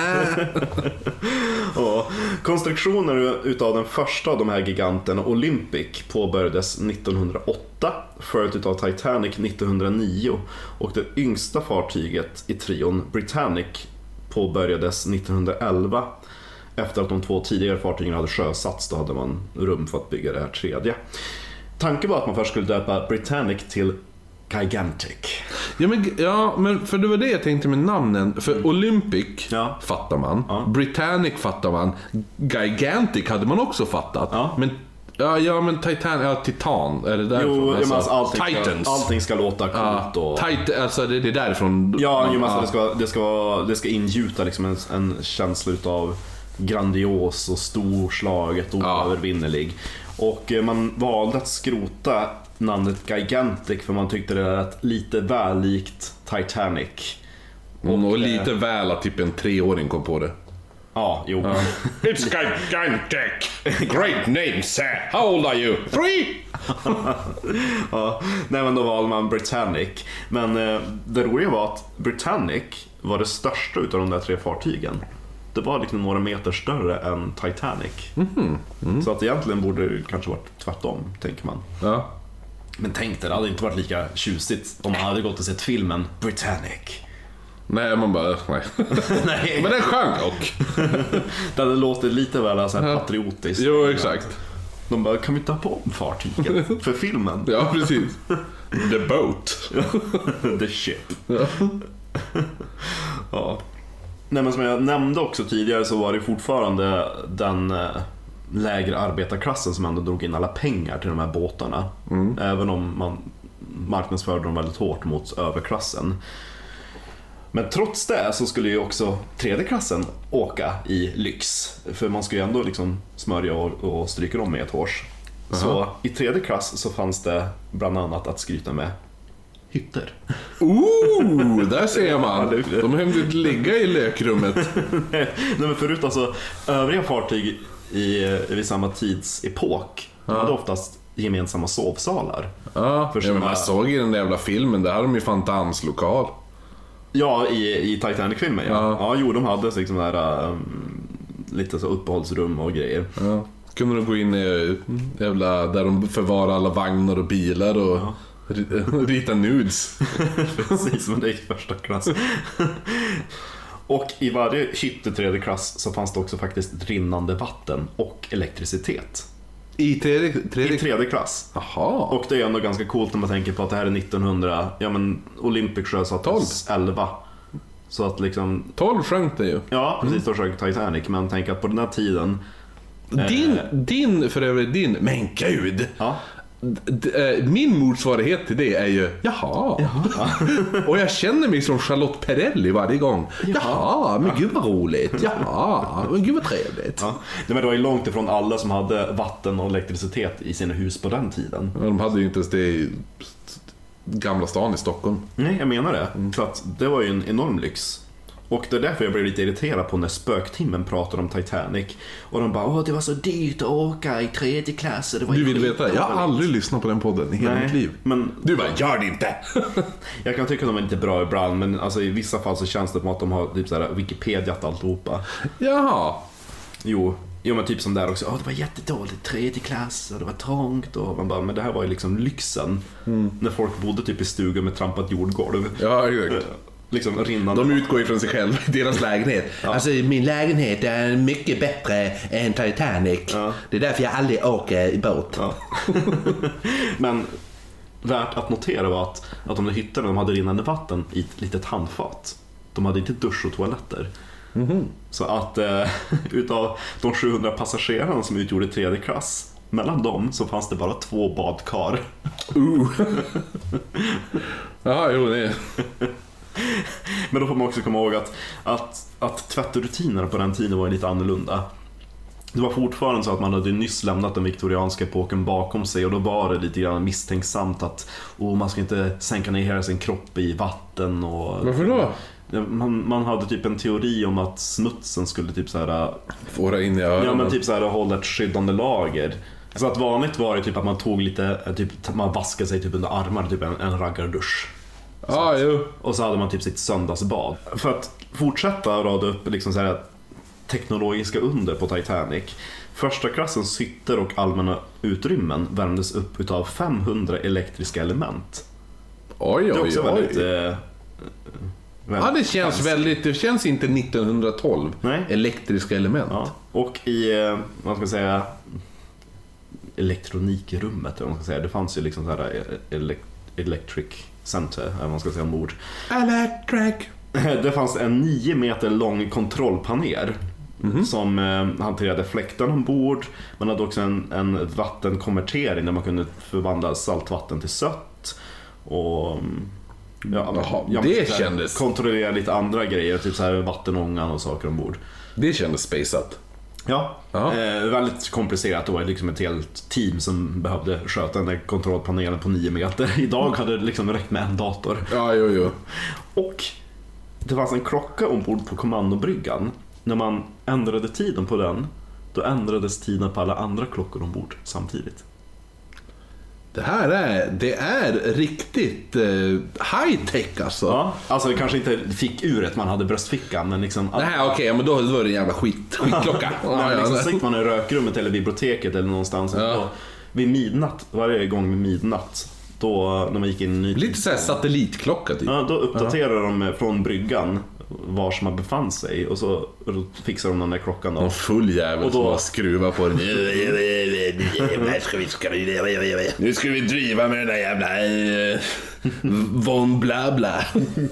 Ja. Konstruktioner utav den första av de här giganterna, Olympic, påbörjades nittonhundraåtta, följt utav Titanic nittonhundranio, och det yngsta fartyget i trion, Britannic, påbörjades nittonhundraelva. Efter att de två tidigare fartygen hade sjösatts, då hade man rum för att bygga det här tredje. Tanken var att man först skulle döpa Britannic till Gigantic. Ja men, ja, men för det var det jag tänkte med namnen. För mm. Olympic, ja. Fattar man. Ja. Britannic fattar man. Gigantic hade man också fattat. Ja. Men Ja, ja men Titan, ja, Titan är det därifrån? Jo, alltså, alltså, allting, Titans. Ska, allting ska låta coolt och... ja, tit, alltså det, det är därifrån. Ja, jo, alltså, det, ska, det, ska, det ska ingjuta liksom en, en känsla av grandios och storslaget och oövervinnerlig. Ja. Och man valde att skrota namnet Gigantic för man tyckte det lät lite väl likt Titanic. Och, och lite väl att typ en treåring kom på det. Ja, jo. Ja. It's Gigantic. Great name, sir. How old are you? Three? Ja, nej, men då valde man Britannic. Men eh, det roliga var att Britannic var det största utav de där tre fartygen. Det var liksom några meter större än Titanic. Mm-hmm. Mm. Så att egentligen borde det kanske varit tvärtom, tänker man. Ja. Men tänk det, det hade inte varit lika tjusigt om man hade gått och sett filmen Britannic. Nej, man bara, nej. Nej. Men den sjöng och det hade låtit lite väl så här patriotiskt. Jo, exakt. De bara, kan vi ta på fartyget för filmen? Ja, precis. The boat. The ship. Ja. Ja. Nej, men som jag nämnde också tidigare så var det fortfarande den lägre arbetarklassen som ändå drog in alla pengar till de här båtarna. Mm. Även om man marknadsförde dem väldigt hårt mot överklassen. Men trots det så skulle ju också tredje klassen åka i lyx. För man skulle ju ändå liksom smörja och, och stryka om med ett hårs. Uh-huh. Så i tredje klass så fanns det bland annat att skryta med hytter. Ooh, där ser man. De behövde inte ligga i lökrummet. Nej, men förut alltså, övriga fartyg i, i samma tidsepok uh-huh. hade oftast gemensamma sovsalar. Ja, uh, ja, man såg i den där jävla filmen, där hade de ju fan danslokal. Ja, i, i Titanic-filmen, ja. Ja, ja jo, de hade liksom där um, lite så uppehållsrum och grejer. Ja. Kunde de gå in i jävla, där de förvarar alla vagnar och bilar och ja. rita nudes. Precis, men det är första klass. Och i varje hytt i tredje klass så fanns det också faktiskt rinnande vatten och elektricitet. I tredje, tredje... I tredje klass. Aha. Och det är ändå ganska coolt när man tänker på att det här är nittonhundra. Ja, men Olympic sjösattes elva. Så att liksom tolv sjönk det ju. Ja, precis, då sjönk Titanic. Men tänk att på den här tiden Din, eh... din för övrigt din Men gud ja. Min motsvarighet till det är ju jaha, jaha. Och jag känner mig som Charlotte Perrelli varje gång. Jaha, jaha men gud vad roligt. Jaha, men gud vad trevligt. Ja. Det var ju långt ifrån alla som hade vatten och elektricitet i sina hus på den tiden. De hade ju inte ens det i Gamla stan i Stockholm. Nej, jag menar det. Mm. Så att det var ju en enorm lyx. Och det är därför jag blev lite irriterad på när spöktimmen pratar om Titanic. Och de bara, åh det var så dyrt att åka i tredje klass. Det var du vill veta, jag har aldrig lyssnat på den podden i hela Nej, mitt liv. Men du bara, gör det inte. Jag kan tycka att de är lite bra ibland. Men alltså, i vissa fall så känns det som att de har typ så här Wikipedia alltihopa. Jaha. Jo, Jo men typ som där också, oh, det var jättedåligt, tredje klass och det var trångt och man bara, men det här var ju liksom lyxen. Mm. När folk bodde typ i stugor med trampat jordgolv. Ja, exakt. Liksom rinnande. De utgår ifrån sig själva i deras lägenhet. Ja. Alltså min lägenhet är mycket bättre än Titanic. Ja. Det är därför jag aldrig åker i båt. Ja. Men värt att notera var att, att de där hytterna, de hade rinnande vatten i ett litet handfat. De hade inte dusch och toaletter. Mm-hmm. Så att eh, utav de sjuhundra passagerarna som utgjorde tredje klass, mellan dem så fanns det bara två badkar. Uh. Ja, jo det. Men då får man också komma ihåg att, att, att tvättrutinerna på den tiden var lite annorlunda. Det var fortfarande så att man hade nyss lämnat den viktorianska epoken bakom sig, och då var det lite grann misstänksamt att oh, man ska inte sänka ner hela sin kropp i vatten. Och, varför då? Man, man hade typ en teori om att smutsen skulle typ så här fåra in i öronen. Ja, men typ så här hålla ett skyddande lager. Så att vanligt var det typ att man tog lite typ man vaskade sig typ under armarna, typ en, en raggardusch. Ah, jo. Och så hade man typ sitt söndagsbad. För att fortsätta rada upp liksom så här teknologiska under på Titanic. Första klassens hytter och allmänna utrymmen värmdes upp utav femhundra elektriska element. Oj, oj, oj. Det är också väldigt... Eh, ja, det känns fanns. väldigt... Det känns inte nittonhundratolv. Nej. Elektriska element. Ja. Och i, eh, vad ska jag säga, elektronikrummet, vad man ska säga. Det fanns ju liksom så här elek- electric center, eller vad man ska säga om ord. Electric. Det fanns en nio meter lång kontrollpanel mm-hmm. som eh, hanterade fläkten ombord. Man hade också en, en vattenkonvertering där man kunde förvandla saltvatten till sött. Och ja, Jaha, ja, det här, kändes... kontrollera lite andra grejer, typ så här vattenångan och saker ombord. Det kändes spaceat. Ja, eh, väldigt komplicerat. Det var liksom ett helt team som behövde sköta den där kontrollpanelen på nio meter. Idag hade det liksom räckt med en dator. Ja, jo, jo. Och det fanns en klocka ombord på kommandobryggan. När man ändrade tiden på den, då ändrades tiden på alla andra klockor ombord samtidigt. Det här är, det är riktigt eh, high-tech alltså. Ja, alltså det kanske inte fick uret man hade bröstfickan, men liksom... Nej, okej, okay, men då var det en jävla skit, skitklocka. Men liksom sitter man i rökrummet eller biblioteket eller någonstans. Ja. Då, vid midnatt, varje gång vid midnatt, då när man gick in i ny... Lite såhär satellitklocka typ. Ja, då uppdaterar ja. de från bryggan vars man befann sig, och så fixar de den där klockan då. En full jävel och då... som bara skruvar på den. Nu ska vi driva med den där jävla von bla bla.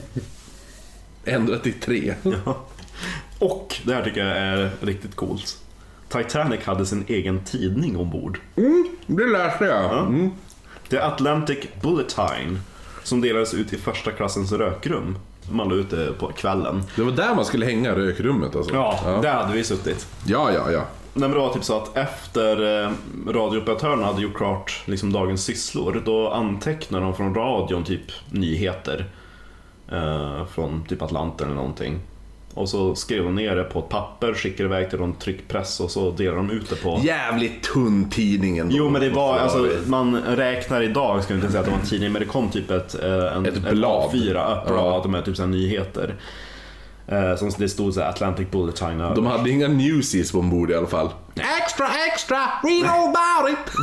Ändra till tre. Ja. Och det här tycker jag är riktigt coolt. Titanic hade sin egen tidning ombord. Mm, det läste jag. Ja. Mm. The Atlantic Bulletin, som delades ut i första klassens rökrum. Man låg ute på kvällen. Det var där man skulle hänga, rökrummet alltså. Ja, ja, där hade vi suttit. Ja, ja, ja. Nej, men det var typ så att efter eh, radioperatörerna hade gjort klart liksom dagens sysslor, då antecknade de från radion typ nyheter eh, från typ Atlanten eller någonting. Och så skrev de ner det på ett papper, skickade iväg till någon tryckpress, och så delade de ut det på... Jävligt tunn tidningen. Jo, men det var, alltså, man räknar idag, ska jag inte säga att det var en tidning, men det kom typ ett, en, ett blad. Ett fyra blad med typ så här nyheter. Eh, som det stod så här Atlantic Bulletin. De hade inga newsies ombord i alla fall. Extra, extra, read all about it.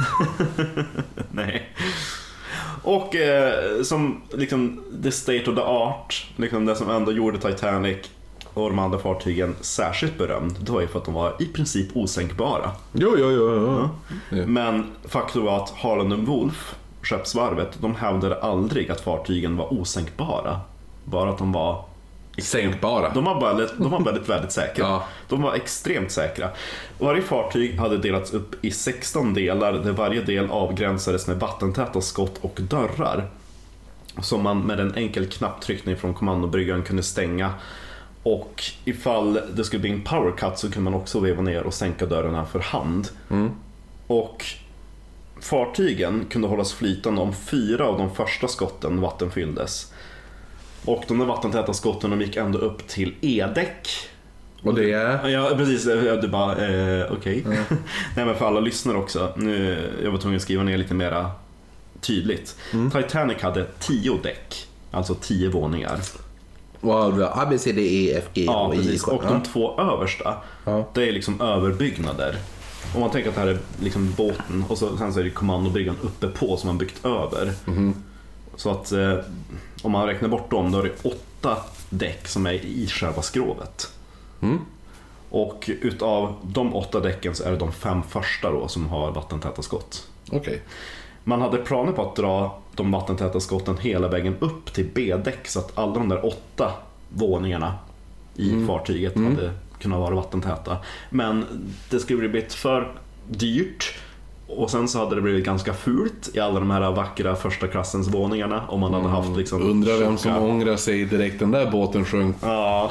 Nej. Och eh, som liksom the state of the art, liksom det som ändå gjorde Titanic och de andra fartygen särskilt berömd, det var ju för att de var i princip osänkbara. Jo, jo, jo, jo. Ja. Men faktum var att Harland and Wolff, skeppsvarvet, de hävdade aldrig att fartygen var osänkbara. Bara att de var sänkbara. De var väldigt, de var väldigt, väldigt säkra. Ja. De var extremt säkra. Varje fartyg hade delats upp i sexton delar, där varje del avgränsades med vattentäta skott och dörrar som man med en enkel knapptryckning från kommandobryggan kunde stänga. Och ifall det skulle bli en power cut så kunde man också veva ner och sänka dörrarna för hand. Mm. Och fartygen kunde hållas flytande om fyra av de första skotten vattenfylldes. Och de där vattentäta skotten, de gick ändå upp till E-däck. Och det är? Ja, precis. Det bara, eh, okej. Okay. Mm. Nej, men för alla lyssnare också. Nu, jag var tvungen att skriva ner lite mera tydligt. Mm. Titanic hade tio däck, alltså tio våningar. A, B, C, D, E, F, G, Ja, och I, precis. K. Och de två översta, Ja. det är liksom överbyggnader. Om man tänker att det här är liksom båten och så, sen så är det kommandobryggan uppe på som man byggt över. Mm. Så att eh, om man räknar bort dem, då är det åtta däck som är i själva skrovet. Mm. Och utav de åtta däcken så är det de fem första då som har vattentäta skott. Okej. Okay. Man hade planer på att dra de vattentäta skotten hela vägen upp till B-däck, så att alla de där åtta våningarna i mm. fartyget mm. hade kunnat vara vattentäta. Men det skulle blivit för dyrt, och sen så hade det blivit ganska fult i alla de här vackra första klassens våningarna om man hade haft liksom... Undrar vem som ångrar sig direkt den där båten sjönk. Ja.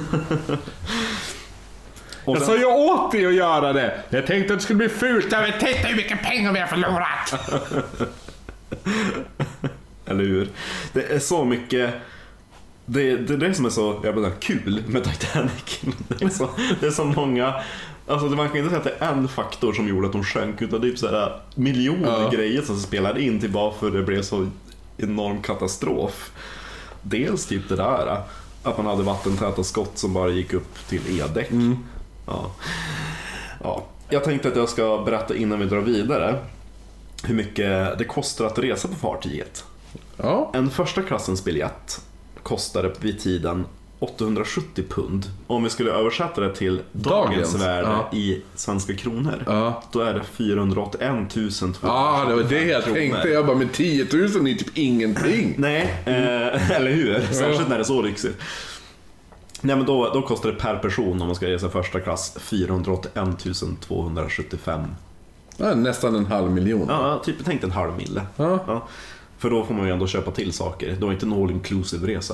Och sen... Så jag åt det att göra det. Jag tänkte att det skulle bli fult. Jag vet inte hur mycket pengar vi har förlorat. Eller hur? Det är så mycket. Det, det är det som är så jävla kul med Titanic. Det är så, det är så många. Alltså man kan inte säga att det är en faktor som gjorde att de sjönk, utan det är typ sådär miljoner ja. grejer som spelade in till varför det blev så enorm katastrof. Dels typ det där att man hade vattentäta skott som bara gick upp till E-däck. Mm. Ja. Ja. Jag tänkte att jag ska berätta innan vi drar vidare hur mycket det kostar att resa på fartyget. Ja. En första klassens biljett kostade vid tiden åttahundrasjuttio pund. Om vi skulle översätta det till dagens, dagens värde ja. i svenska kronor, ja. då är det fyrahundraåttioett tusen tvåhundratjugofem. Ja, det var det jag kronor. tänkte. Jag bara, med tio tusen är typ ingenting. Nej, eh, eller hur? Särskilt när det är så lyxigt. Nej, men då, då kostar det per person om man ska resa första klass fyrahundraåttioett tusen tvåhundrasjuttiofem. Ja, nästan en halv miljon. Ja, typ tänk en halv mille. Ja. Ja. För då får man ju ändå köpa till saker. Det var inte en all-inclusive resa.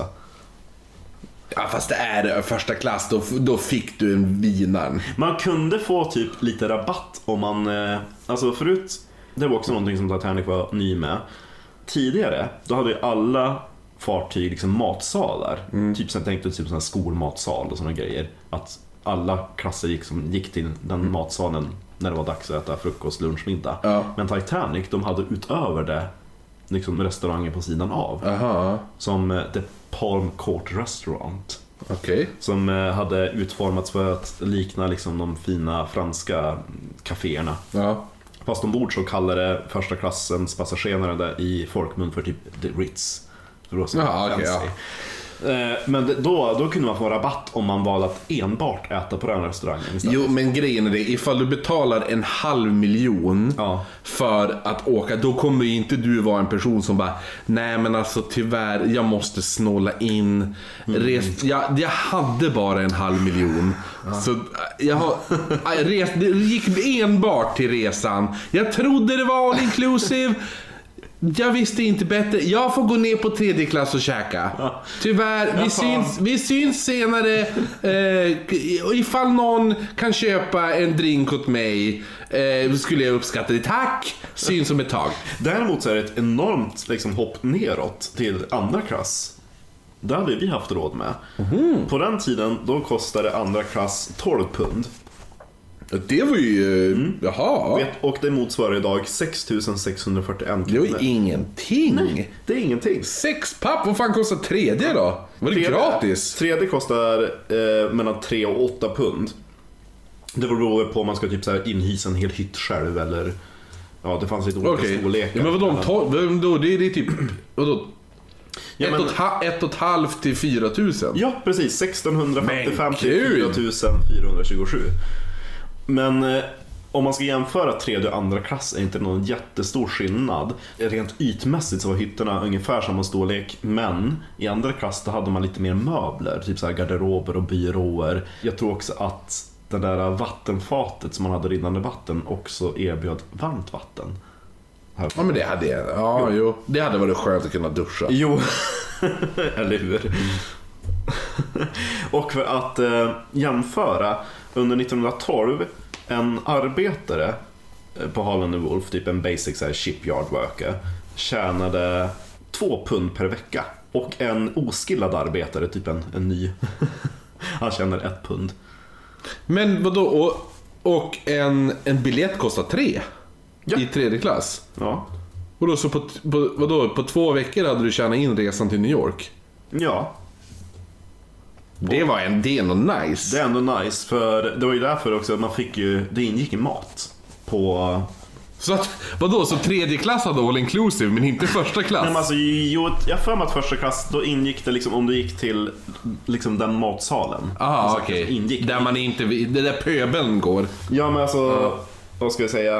Ja, fast det är det första klass, då, då fick du en vinan. Man kunde få typ lite rabatt om man... Eh, alltså förut, det var också någonting som Titanic var ny med. Tidigare, då hade ju alla fartyg liksom matsalar. Mm. Typ så jag tänkte typ sån här skolmatsal och såna grejer. Att alla klasser gick, som, gick till den mm. matsalen när det var dags att äta frukost, lunch, middag. Ja. Men Titanic, de hade utöver det liksom restauranger på sidan av. Aha. Som The Palm Court Restaurant. Okay. Som hade utformats för att likna liksom de fina franska kaféerna. Ja. Fast ombord så kallade första klassens passagerare där i folkmun för typ The Ritz. Aha, okay, ja. Men då, då kunde man få rabatt om man valde att enbart äta på den restaurangen istället. Jo, men grejen är det, ifall du betalar en halv miljon ja. för att åka, då kommer ju inte du vara en person som bara, nej men alltså tyvärr, jag måste snåla in. Mm. Res, jag, jag hade bara en halv miljon. Ja. Så jag har res, det gick enbart till resan. Jag trodde det var all inclusive. Jag visste inte bättre. Jag får gå ner på tredje klass och käka. Ja. Tyvärr, vi syns, vi syns senare. eh, Ifall någon kan köpa en drink åt mig, eh, skulle jag uppskatta det. Tack, syns om ett tag. Däremot så är det ett enormt liksom, hopp neråt till andra klass. Det hade vi haft råd med. Mm. På den tiden, då kostade andra klass tolv pund. Det var ju... Mm. Jaha. Och det motsvarar idag sex tusen sexhundrafyrtioen kronor. Det var ingenting. Nej, det är ingenting. Sex papp, vad fan kostar tredje då? Var det tredje, gratis? Tredje kostar eh, mellan tre och åtta pund. Det beror på om man ska typ så här inhysa en hel hytt själv eller... Ja, det fanns lite olika okay. storlekar. Ja, men vadå, to- då, det, det är typ... Vadå? Ja, men, ett, och ha, ett och ett halvt till fyra tusen. Ja, precis. sextonhundrafemtiofem till fyra tusen fyrahundratjugosju. Men eh, om man ska jämföra tredje och andra klass är inte någon jättestor skillnad. Rent ytmässigt så var hytterna ungefär samma storlek. Men i andra klass då hade man lite mer möbler. Typ så här garderober och byråer. Jag tror också att det där vattenfatet som man hade rinnande vatten också erbjöd varmt vatten. Här. Ja, men det hade jag. Ja, jo. jo. Det hade varit skönt att kunna duscha. Jo, eller hur? Mm. Och för att eh, jämföra, under nittonhundratolv en arbetare på Harland and Wolff, typ en basic så här, shipyard worker, tjänade två pund per vecka. Och en oskillad arbetare, typ en, en ny, han tjänar ett pund. Men vadå, och, och en, en biljett kostar tre ja. i tredje klass? Ja. Och då, så på, på, vadå, på två veckor hade du tjänat in resan till New York? Ja. Det var en, det är ändå nice. Det är ändå nice, för det var ju därför också att man fick ju, det ingick i mat på... Så att, vadå, så tredje klass hade all inclusive men inte första klass? Nej, men alltså, jo, jag för mig att första klass, då ingick det liksom, om du gick till liksom den matsalen. Ah, okej. Okay. Där man inte, det där pöbeln går. Ja, men alltså, ah. vad ska jag säga?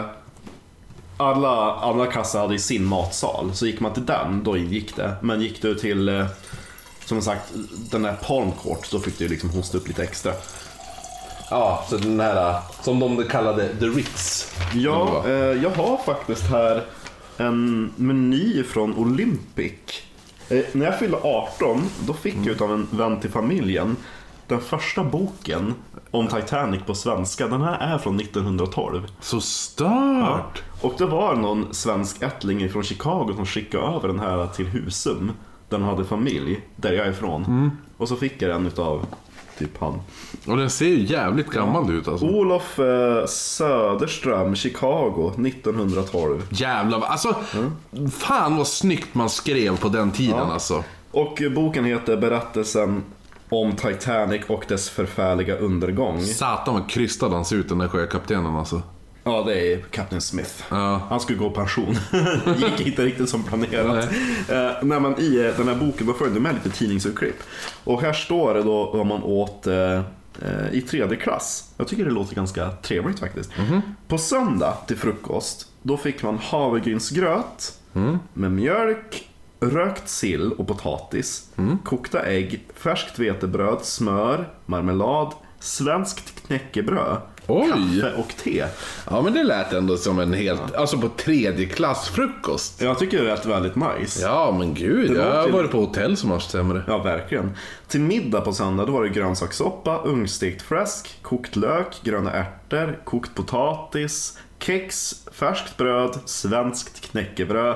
Alla andra kassar hade ju sin matsal, så gick man till den, då ingick det. Men gick du till, som sagt, den där Palm Court, då fick du liksom hosta upp lite extra. Ja, så den här som de kallade The Ritz. Ja, eh, jag har faktiskt här en meny från Olympic. eh, När jag fyllde arton, då fick jag utav en vän till familjen den första boken om Titanic på svenska. Den här är från nittonhundratolv. Så stört! Ja. Och det var någon svensk ättling från Chicago som skickade över den här till Husum. Den hade familj, där jag är ifrån. mm. Och så fick jag den utav typ han. Och den ser ju jävligt gammal ja. ut alltså. Olof eh, Söderström, Chicago, nittonhundratolv. Jävlar, alltså mm. fan vad snyggt man skrev på den tiden ja. alltså. Och boken heter Berättelsen om Titanic och dess förfärliga undergång. Satan vad krystad han ser ut, den där sjökaptenen alltså. Ja, det är Captain Smith. Ja. Han skulle gå pension. Gick inte riktigt som planerat. Nej. Eh, när man i den här boken, då får du med lite tidningsutklipp. Och här står det då vad man åt eh, i tredje klass. Jag tycker det låter ganska trevligt faktiskt. Mm-hmm. På söndag till frukost, då fick man havregrynsgröt mm. med mjölk, rökt sill och potatis, mm. kokta ägg, färskt vetebröd, smör, marmelad, svenskt knäckebröd, Oj. kaffe och te. Ja, men det lät ändå som en helt, ja. alltså på tredje klass frukost. Jag tycker det lät väldigt nice. Ja, men gud, det jag har till... varit på hotell som har sämre. Ja, verkligen. Till middag på söndag, då var det grönsakssoppa, ugnsstekt fläsk, kokt lök, gröna ärtor, kokt potatis, kex, färskt bröd, svenskt knäckebröd,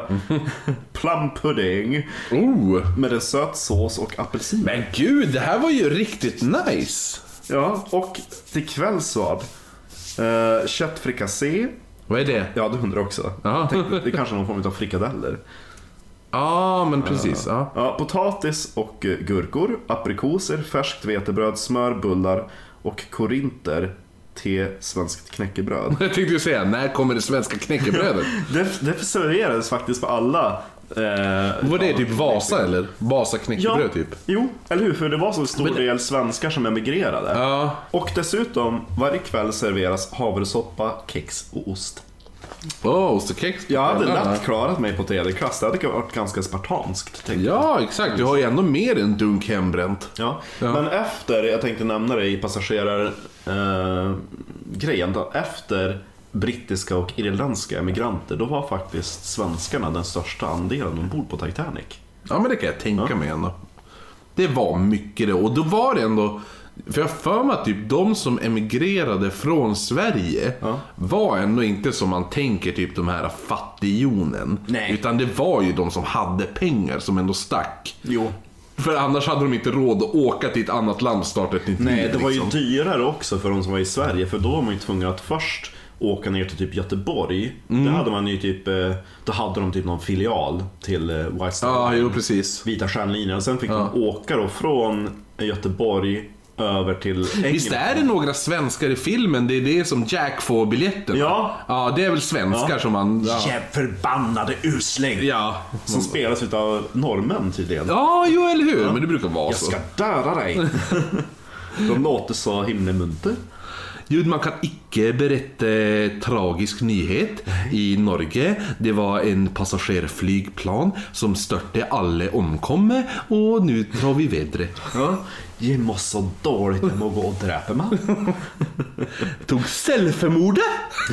plumpudding oh. med en söt sås och apelsin. Men gud, det här var ju riktigt nice. Ja, och till kvällsvad eh, köttfrikassé. Vad är det? Ja, du undrar också. Tänkte, det är kanske någon form av frikadeller. Ja, ah, men precis uh, ah. ja, potatis och uh, gurkor, aprikoser, färskt vetebröd, smör, bullar och korinter till svenskt knäckebröd. Jag tänkte ju säga, när kommer det svenska knäckebrödet? det, det serverades faktiskt på alla. Eh, var det typ Vasa eller? Vasa knäckebröd ja, typ? Jo, eller hur? För det var så stor Men... del svenskar som emigrerade. Ja. Och dessutom, varje kväll serveras havresoppa, kex och ost. Åh, oh, ost och kex. Jag hade lätt klarat mig på tredje klass. Det hade varit ganska spartanskt. Ja, exakt. Du har ju ändå mer än dunk hembränt. Ja. ja, men efter, jag tänkte nämna det i passagerar eh, grejen då, efter brittiska och irländska emigranter, då var faktiskt svenskarna den största andelen ombord på Titanic. Ja, men det kan jag tänka ja. mig ändå. Det var mycket det. Och då var det ändå, för jag för mig att typ de som emigrerade från Sverige ja. var ändå inte som man tänker typ de här fattigjonen. Nej. Utan det var ju de som hade pengar som ändå stack. Jo. För annars hade de inte råd att åka till ett annat land och starta ett nytt liv. Nej, det var ju dyrare också för de som var i Sverige. För då var man ju tvungen att först åka ner till typ Göteborg. Mm. Där hade man ju typ, då hade de typ någon filial till White Star Ja, jo, precis. Vita stjärnlinjen. Och sen fick ja. de åka då från Göteborg över till England. Visst är det några svenskar i filmen? Det är det som Jack får biljetten. Ja. Ja, det är väl svenskar ja. som man... Ja. Förbannade usling. Ja. Som spelas utav norrmän tydligen. Ja, jo, eller hur? Ja. Men det brukar vara Jag så. Jag ska döda dig. De låter så himla munter. Jo, man kan icke berätta tragisk nyhet i Norge. Det var en passagerarflygplan som störte, alle omkomme, och nu drar vi vidare. Ja, jag mår så dåligt med att gå och dräpa mig. Tog självmordet.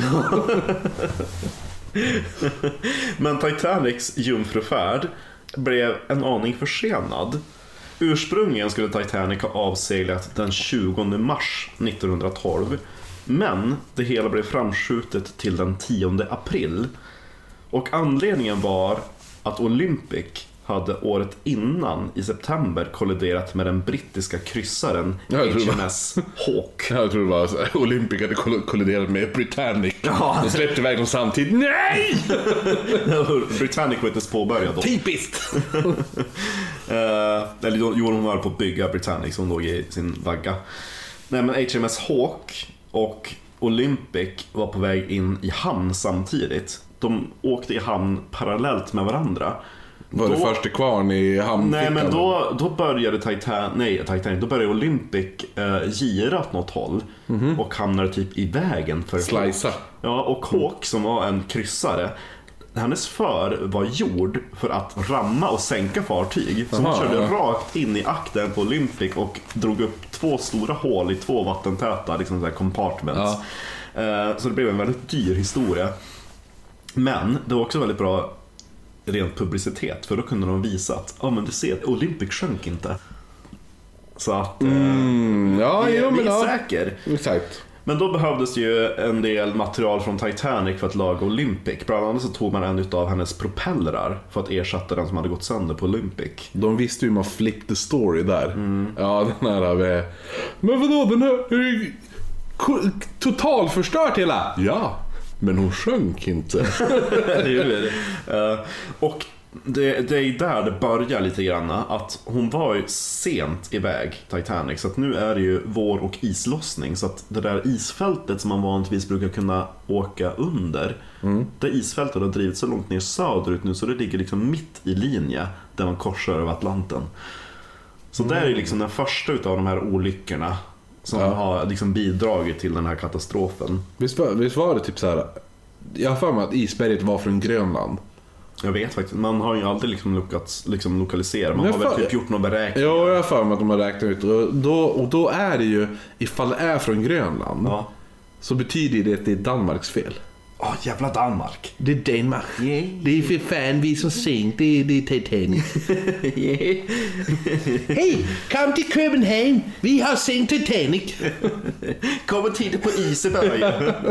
Men Titanics jungfrufärd blev en aning försenad. Ursprungligen skulle Titanic ha avseglat den tjugonde mars nittonhundratolv, men det hela blev framskjutet till den tionde april. Och anledningen var att Olympic hade året innan i september kolliderat med den brittiska kryssaren H M S Hawk. Jag tror det var så. Olympic hade kolliderat med Britannic. Ja. De släppte iväg dem samtidigt. Nej! Britannic var inte påbörjad då. Typiskt! Eh, eller gjorde hon var på att bygga Britannic, så hon låg i sin vagga. Nej, men H M S Hawk och Olympic var på väg in i hamn samtidigt. De åkte i hamn parallellt med varandra. Var då, det första kvarn i hamnfickan? Nej, men då, då började Titan, nej, Titan, då började Olympic eh, gira åt något håll mm-hmm. och hamnade typ i vägen för Slicea. Ja, och Hawk som var en kryssare, hennes för var gjord för att ramma och sänka fartyg. Så hon körde ja. rakt in i akten på Olympic och drog upp två stora hål i två vattentäta liksom så här compartments. Ja. Eh, så det blev en väldigt dyr historia. Men det var också väldigt bra rent publicitet, för då kunde de visa att ja, men du ser, Olympic sjönk inte. Så att mm, eh, ja, vi, jo, vi men är ja. säker. Exakt. Men då behövdes ju en del material från Titanic för att laga Olympic. Bland annat så tog man en av hennes propellrar för att ersätta den som hade gått sönder på Olympic. De visste ju man flip the story där. Mm. Ja, den här med... Men vadå, den här total förstört hela. Ja, men hon sjönk inte. Det gjorde det. Uh, och det, det är där det börjar lite grann, att hon var ju sent iväg, Titanic, så att nu är det ju vår och islossning, så att det där isfältet som man vanligtvis brukar kunna åka under, mm. det isfältet har drivit så långt ner söderut nu så det ligger liksom mitt i linje där man korsar över Atlanten. Så mm. det är ju liksom den första utav de här olyckorna som ja. har liksom bidragit till den här katastrofen. Visst var, visst var det typ så här, jag har för mig att isberget var från Grönland. Jag vet faktiskt, man har ju aldrig liksom lyckats liksom lokalisera. Man har väl typ gjort någon beräkning. Ja, jag har för mig att de har räknat ut. Och då, och då är det ju, ifall det är från Grönland, ja. så betyder det att det är Danmarks fel. Åh, oh, jävla Danmark. Det är Danmark. Yeah. Det är för fan vi som sänkt, det är, det är Titanic. yeah. Hej, kom till Köpenhamn. Vi har sänkt Titanic. Kom och titta på Iseberg.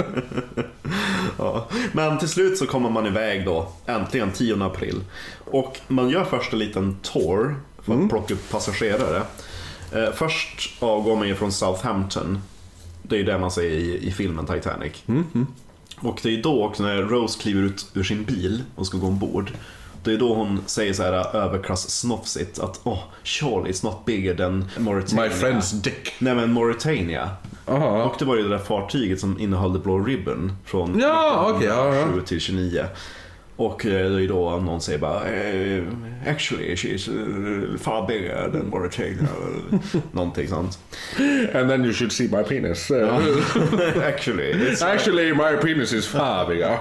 Ja. Men till slut så kommer man iväg då, äntligen tionde april. Och man gör först en liten tour för att mm. plocka upp passagerare. eh, Först avgår man ju från Southampton. Det är ju det man säger i, i filmen Titanic. mm. Mm. Och det är då också när Rose kliver ut ur sin bil och ska gå ombord. Det är då hon säger så här överklass snofsigt att oh, surely it's not bigger than Mauritania. My friend's dick. Nej, men Mauritania. Aha. Och det var ju det där fartyget som innehöll The Blue Ribbon från ja, okay, ja, sju till tjugonio. Och det är ju då någon säger bara eh, actually she's uh, far bigger than Mauritania. Någonting sånt. And then you should see my penis. Ja. actually it's Actually my penis is far bigger.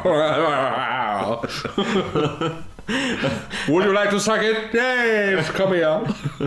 Would you like to suck it? Yes, come here.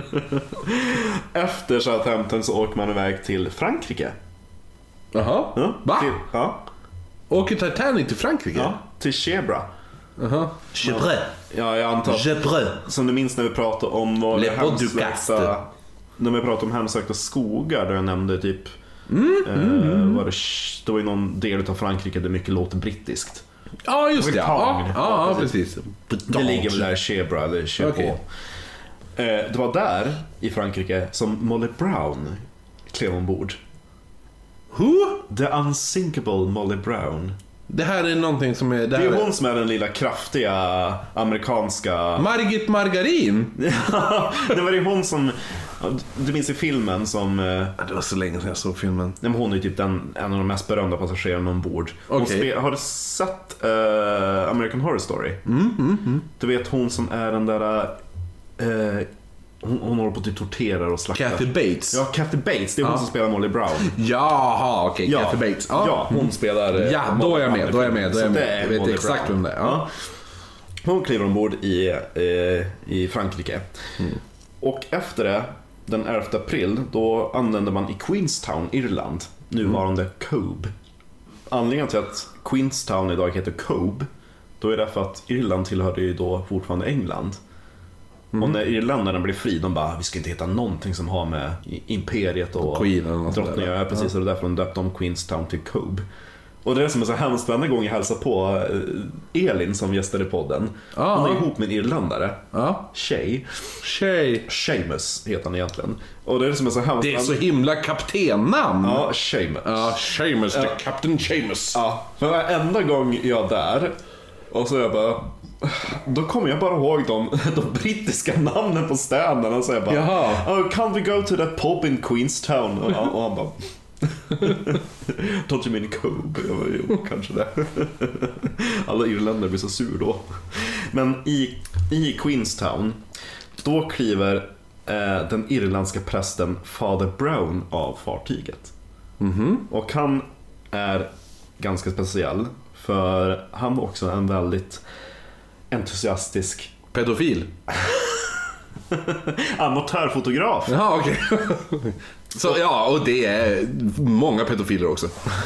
Efter Southampton så åker man iväg till Frankrike. Jaha, ja, va? Till, ja. Åker Titanic till Frankrike? Ja, till Chebra. Uh-huh. Chebra. Ja, jag antar. Chebra. Som du minns när vi pratade om vår hemsökta, när vi pratade om hemsökta skogar, där jag nämnde typ mm, eh, mm. var det, det var ju någon del av Frankrike där mycket låter brittiskt. Ja, just det. Ja, ja, ja, precis. Det ligger väl där Chebra eller Chebra. Okay. Eh, det var där i Frankrike som Molly Brown klev ombord. Who? The Unsinkable Molly Brown. Det här är någonting som är... Det, det är hon som är den lilla kraftiga amerikanska... Margit Margarin? Det var det hon som... Du minns i filmen som... Det var så länge sedan jag såg filmen. Nej, men hon är typ den, en av de mest berömda passagerarna ombord. Okay. Har du sett uh, American Horror Story? Mm, mm, mm. Du vet hon som är den där... Uh, Hon, hon håller på att tortera och slakta. Kathy Bates. Ja, Kathy Bates, det är hon ja. som spelar Molly Brown. Jaha, okej, okay. ja. Kathy Bates. Ja, ja hon mm. spelar. Ja, då är jag med, då är jag med, då är jag med. Jag vet Molly exakt Brown. vem det är. Ja. Ja. Hon kliver ombord i, eh, i Frankrike. Mm. Och efter det, den elfte april, då anländer man i Queenstown, Irland, nuvarande mm. Cobh. Anledningen till att Queenstown idag heter Cobh, då är det för att Irland tillhörde ju då fortfarande England. Mm. Och när irländarna blev fri, de bara, vi ska inte hitta någonting som har med imperiet och, och drottningen. Ja, precis, och det är därför de döpte om Queenstown till Cobh. Och det är som är så hemskt, varje gång jag hälsar på Elin som gästade podden. Ah. Hon är ihop med en irländare. Ah. Shay. Shay. Seamus heter han egentligen. Och det är som är så hemskt. Det är så himla kaptennamn. Ja, Seamus. Ja, Seamus, ja. the Captain Seamus. Ja, för varenda gång jag är där Och så jag bara... Då kommer jag bara ihåg de, de brittiska namnen på städerna. Så jag bara, Jaha. Oh, can't we go to that pub in Queenstown? Och, och han bara... Don't you mean Cove? Jag bara, jo, kanske det. Alla irländare blir så sur då. Men i, i Queenstown, då kliver eh, den irländska prästen Father Brown av fartyget. Mm-hmm. Och han är ganska speciell, för han var också en väldigt entusiastisk pedofil. amatörfotograf. Ja, okej. Okay. Så ja, och det är många pedofiler också.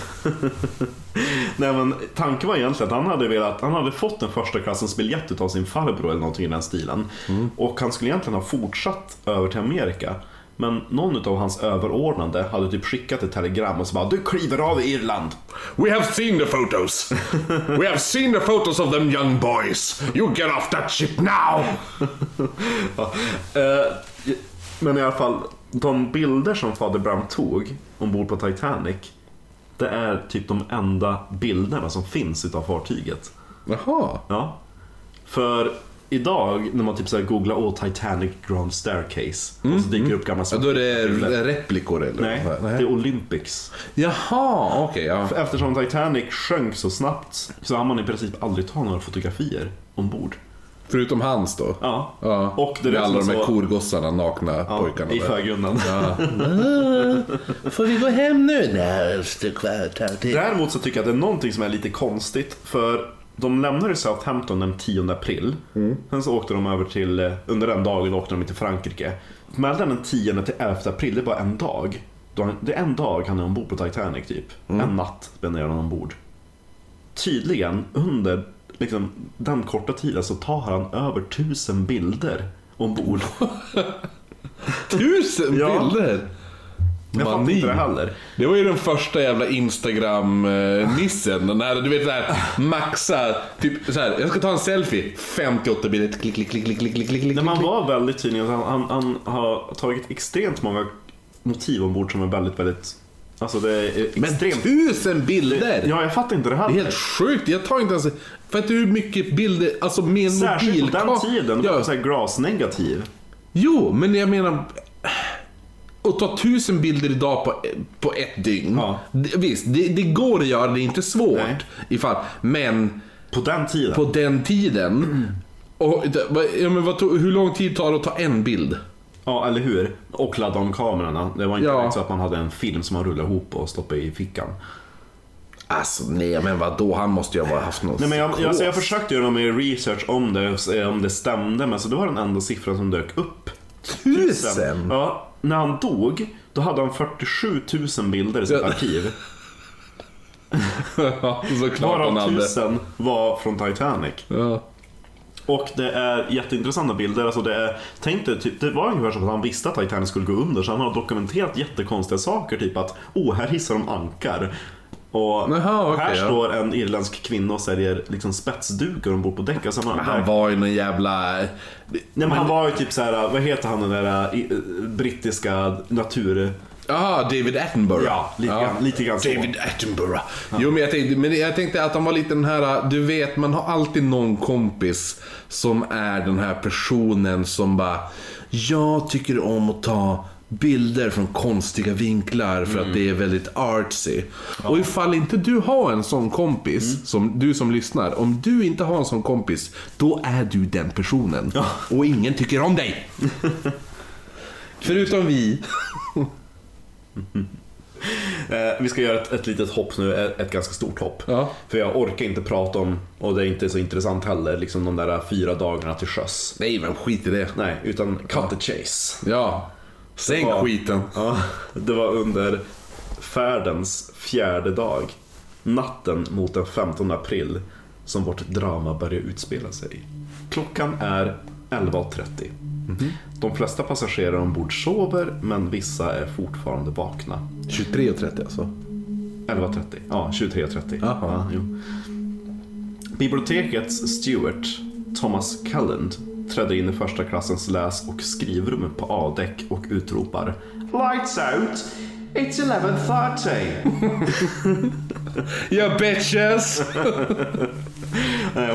Nej, men tanken var egentligen att han hade velat, han hade fått en första klassens biljett utav sin farbror eller någonting i den stilen. Mm. Och han skulle egentligen ha fortsatt över till Amerika. Men någon utav hans överordnade hade typ skickat ett telegram och så bara, du kliver av i Irland. We have seen the photos. We have seen the photos of them young boys. You get off that ship now. Ja, eh, men i alla fall, de bilder som Father Brown tog ombord på Titanic, det är typ de enda bilderna som finns utav fartyget. Jaha. Ja. För idag när man typ så här googlar oh, Titanic Grand Staircase, mm, och så dyker mm. upp gamla saker. Ja, då är det replikor eller? Nej, Nej, det är Olympics. Jaha, okej. Okay, ja. Eftersom Titanic sjönk så snabbt så har man i princip aldrig tagit några fotografier ombord. Förutom hans då? Ja. Ja. Och det är alla de här så... korgossarna, nakna ja, pojkarna. I förgrunden. Ja. Får vi gå hem nu? Nej, däremot så tycker jag att det är någonting som är lite konstigt. För de lämnade Southampton den tionde april. Mm. Sen så åkte de över till, under den dagen åkte de till Frankrike. Mellan den tionde till elfte april, det var en dag. Det är en dag han är ombord på Titanic typ. Mm. En natt spenderar han ombord. Tydligen under liksom, den korta tiden så tar han över tusen bilder ombord. Tusen ja. bilder? Jag fattar inte det heller. Det var ju den första jävla Instagram-nissen. När du vet där maxa typ så här, jag ska ta en selfie, femtioåtta bilder, klick klick klick klick klick klick klick. Man var väldigt tydlig att han, han, han har tagit extremt många motiv ombord som är väldigt väldigt, alltså det är extremt. Men tusen bilder. Det, ja, jag fattar inte det här. Det är helt sjukt. Jag tar inte ens för att hur mycket bilder, alltså med en mobilkamera. Särskilt på den tiden, det var så här glasnegativ. Jo, men jag menar och ta tusen bilder idag på, på ett dygn. Ja. Visst, det, det går att göra, det är inte svårt. Nej. Ifall, men på den tiden. På den tiden. Mm. Och, ja, men vad tog, hur lång tid tar det att ta en bild? Ja, eller hur? Och ladda om kamerorna. Det var inte ja. så att man hade en film som man rullade ihop och stoppade i fickan. Alltså nej, men vadå? Han måste ju ha haft något. Nej, men jag, jag, alltså, jag försökte göra mer research om det, om det stämde. Men så det var den enda siffran som dök upp. Tusen? Ja, när han dog, då hade han fyrtiosju tusen bilder i sitt ja. arkiv. Ja, såklart han hade. tusen var från Titanic. Ja. Och det är jätteintressanta bilder. Alltså det, är, tänkte, typ, det var ungefär som att han visste att Titanic skulle gå under. Så han har dokumenterat jättekonstiga saker. Typ att, oh, här hissar de ankar. Och Aha, okay, här ja. står en irländsk kvinna och säljer liksom spetsdukar ombord på däck. Alltså man, han var ju någon jävla... Nej, men han var ju typ så här, vad heter han den där i, brittiska natur... Ja, David Attenborough. Ja, lite, ja. Grann, lite grann så. David Attenborough. Ja. Jo, men jag, tänkte, men jag tänkte att han var lite den här, du vet, man har alltid någon kompis som är den här personen som bara, jag tycker om att ta bilder från konstiga vinklar för mm. att det är väldigt artsy. Ja. Och ifall inte du har en sån kompis, mm. som du som lyssnar, om du inte har en sån kompis, då är du den personen. Ja. Och ingen tycker om dig. Förutom vi. Mm. Eh, vi ska göra ett, ett litet hopp nu, ett, ett ganska stort hopp. Ja. För jag orkar inte prata om, och det är inte så intressant heller, liksom de där fyra dagarna till sjöss. Nej, men skit i det. Nej, utan cut the chase. Ja, sänk var, skiten. Ja, det var under färdens fjärde dag, natten mot den femtonde april, som vårt drama börjar utspela sig. Klockan är elva trettio. Mm-hmm. De flesta passagerare ombord sover, men vissa är fortfarande vakna. tjugotre trettio alltså? elva trettio, ja, tjugotre trettio. Ja, jo. Bibliotekets steward Thomas Culland trädde in i första klassens läs- och skrivrum på A-däck och utropar: Lights out! It's eleven thirty! Yeah, bitches! Nej,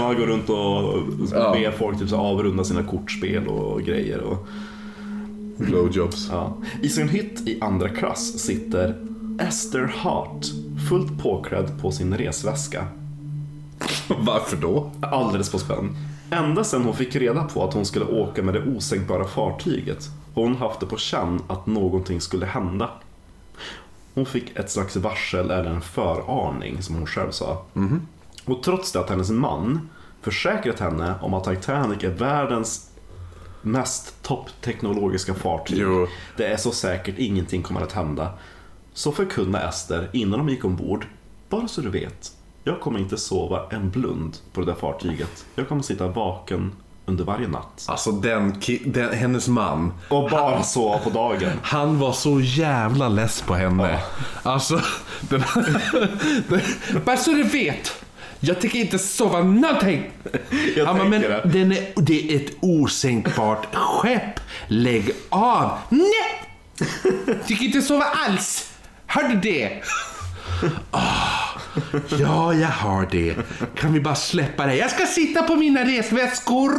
Han går runt och ja. ber folk typ, så avrunda sina kortspel och grejer. Och... blowjobs. Ja. I sin hytt i andra klass sitter Esther Hart fullt påklädd på sin resväska. Varför då? Alldeles på spänn. Ända sedan hon fick reda på att hon skulle åka med det osänkbara fartyget. Hon haft det på känn att någonting skulle hända. Hon fick ett slags varsel eller en föraning, som hon själv sa. Mm-hmm. Och trots det att hennes man försäkrat henne om att Titanic är världens mest toppteknologiska fartyg. Jo. Det är så säkert ingenting kommer att hända. Så förkunna Esther innan de gick ombord: bara så du vet, jag kommer inte sova en blund på det där fartyget. Jag kommer sitta vaken under varje natt. Alltså den, den hennes man. Och bara sova på dagen. Han var så jävla less på henne. Ja. Alltså den, den, bara så du vet, jag tänker inte sova någonting. Jag ja, men det. Den är, det är ett osänkbart skepp. Lägg av. Nej! Tycker inte sova alls. Har du det? Oh, ja, jag har det. Kan vi bara släppa det? Jag ska sitta på mina resväskor.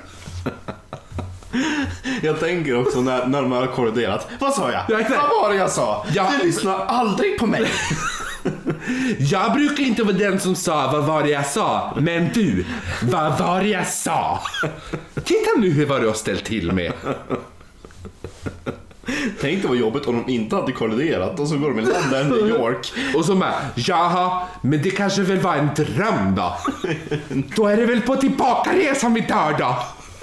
Jag tänker också när, när de har korriderat. Vad sa jag? Ja, vad var det jag sa? Ja. Du lyssnar aldrig på mig. Jag brukar inte vara den som sa vad var det jag sa. Men du, vad var det jag sa? Titta nu vad du har ställt till med. Tänk det var jobbigt om de inte hade kolliderat. Och så går de i land där i New York. Och så med, jaha, men det kanske väl var en dröm då. Då är det väl på tillbakaresan vi dör då.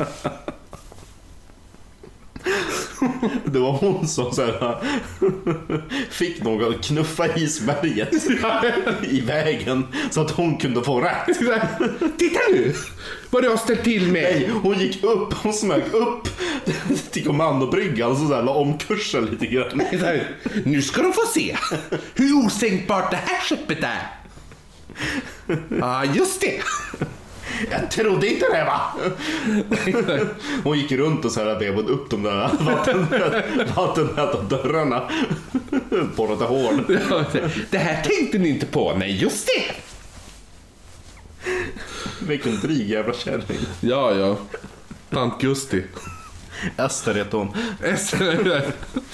Det var hon som så här, fick någon att knuffa isberget i vägen så att hon kunde få rätt. Titta nu vad du har ställt till med. Nej, hon gick upp, hon smög upp till kommandobryggan och så där, la om kursen lite grann. Nu ska de få se hur osänkbart det här skeppet är. Ja, ah, just det. Jag trodde inte det, va? Hon gick runt och så här vevade upp de där vattentäta dörrarna. Borrade hål. Det här tänkte ni inte på. Nej, just det. Vilken dryg jävla kärring. Ja, ja. Tant Gusti. Esther heter hon. Esther.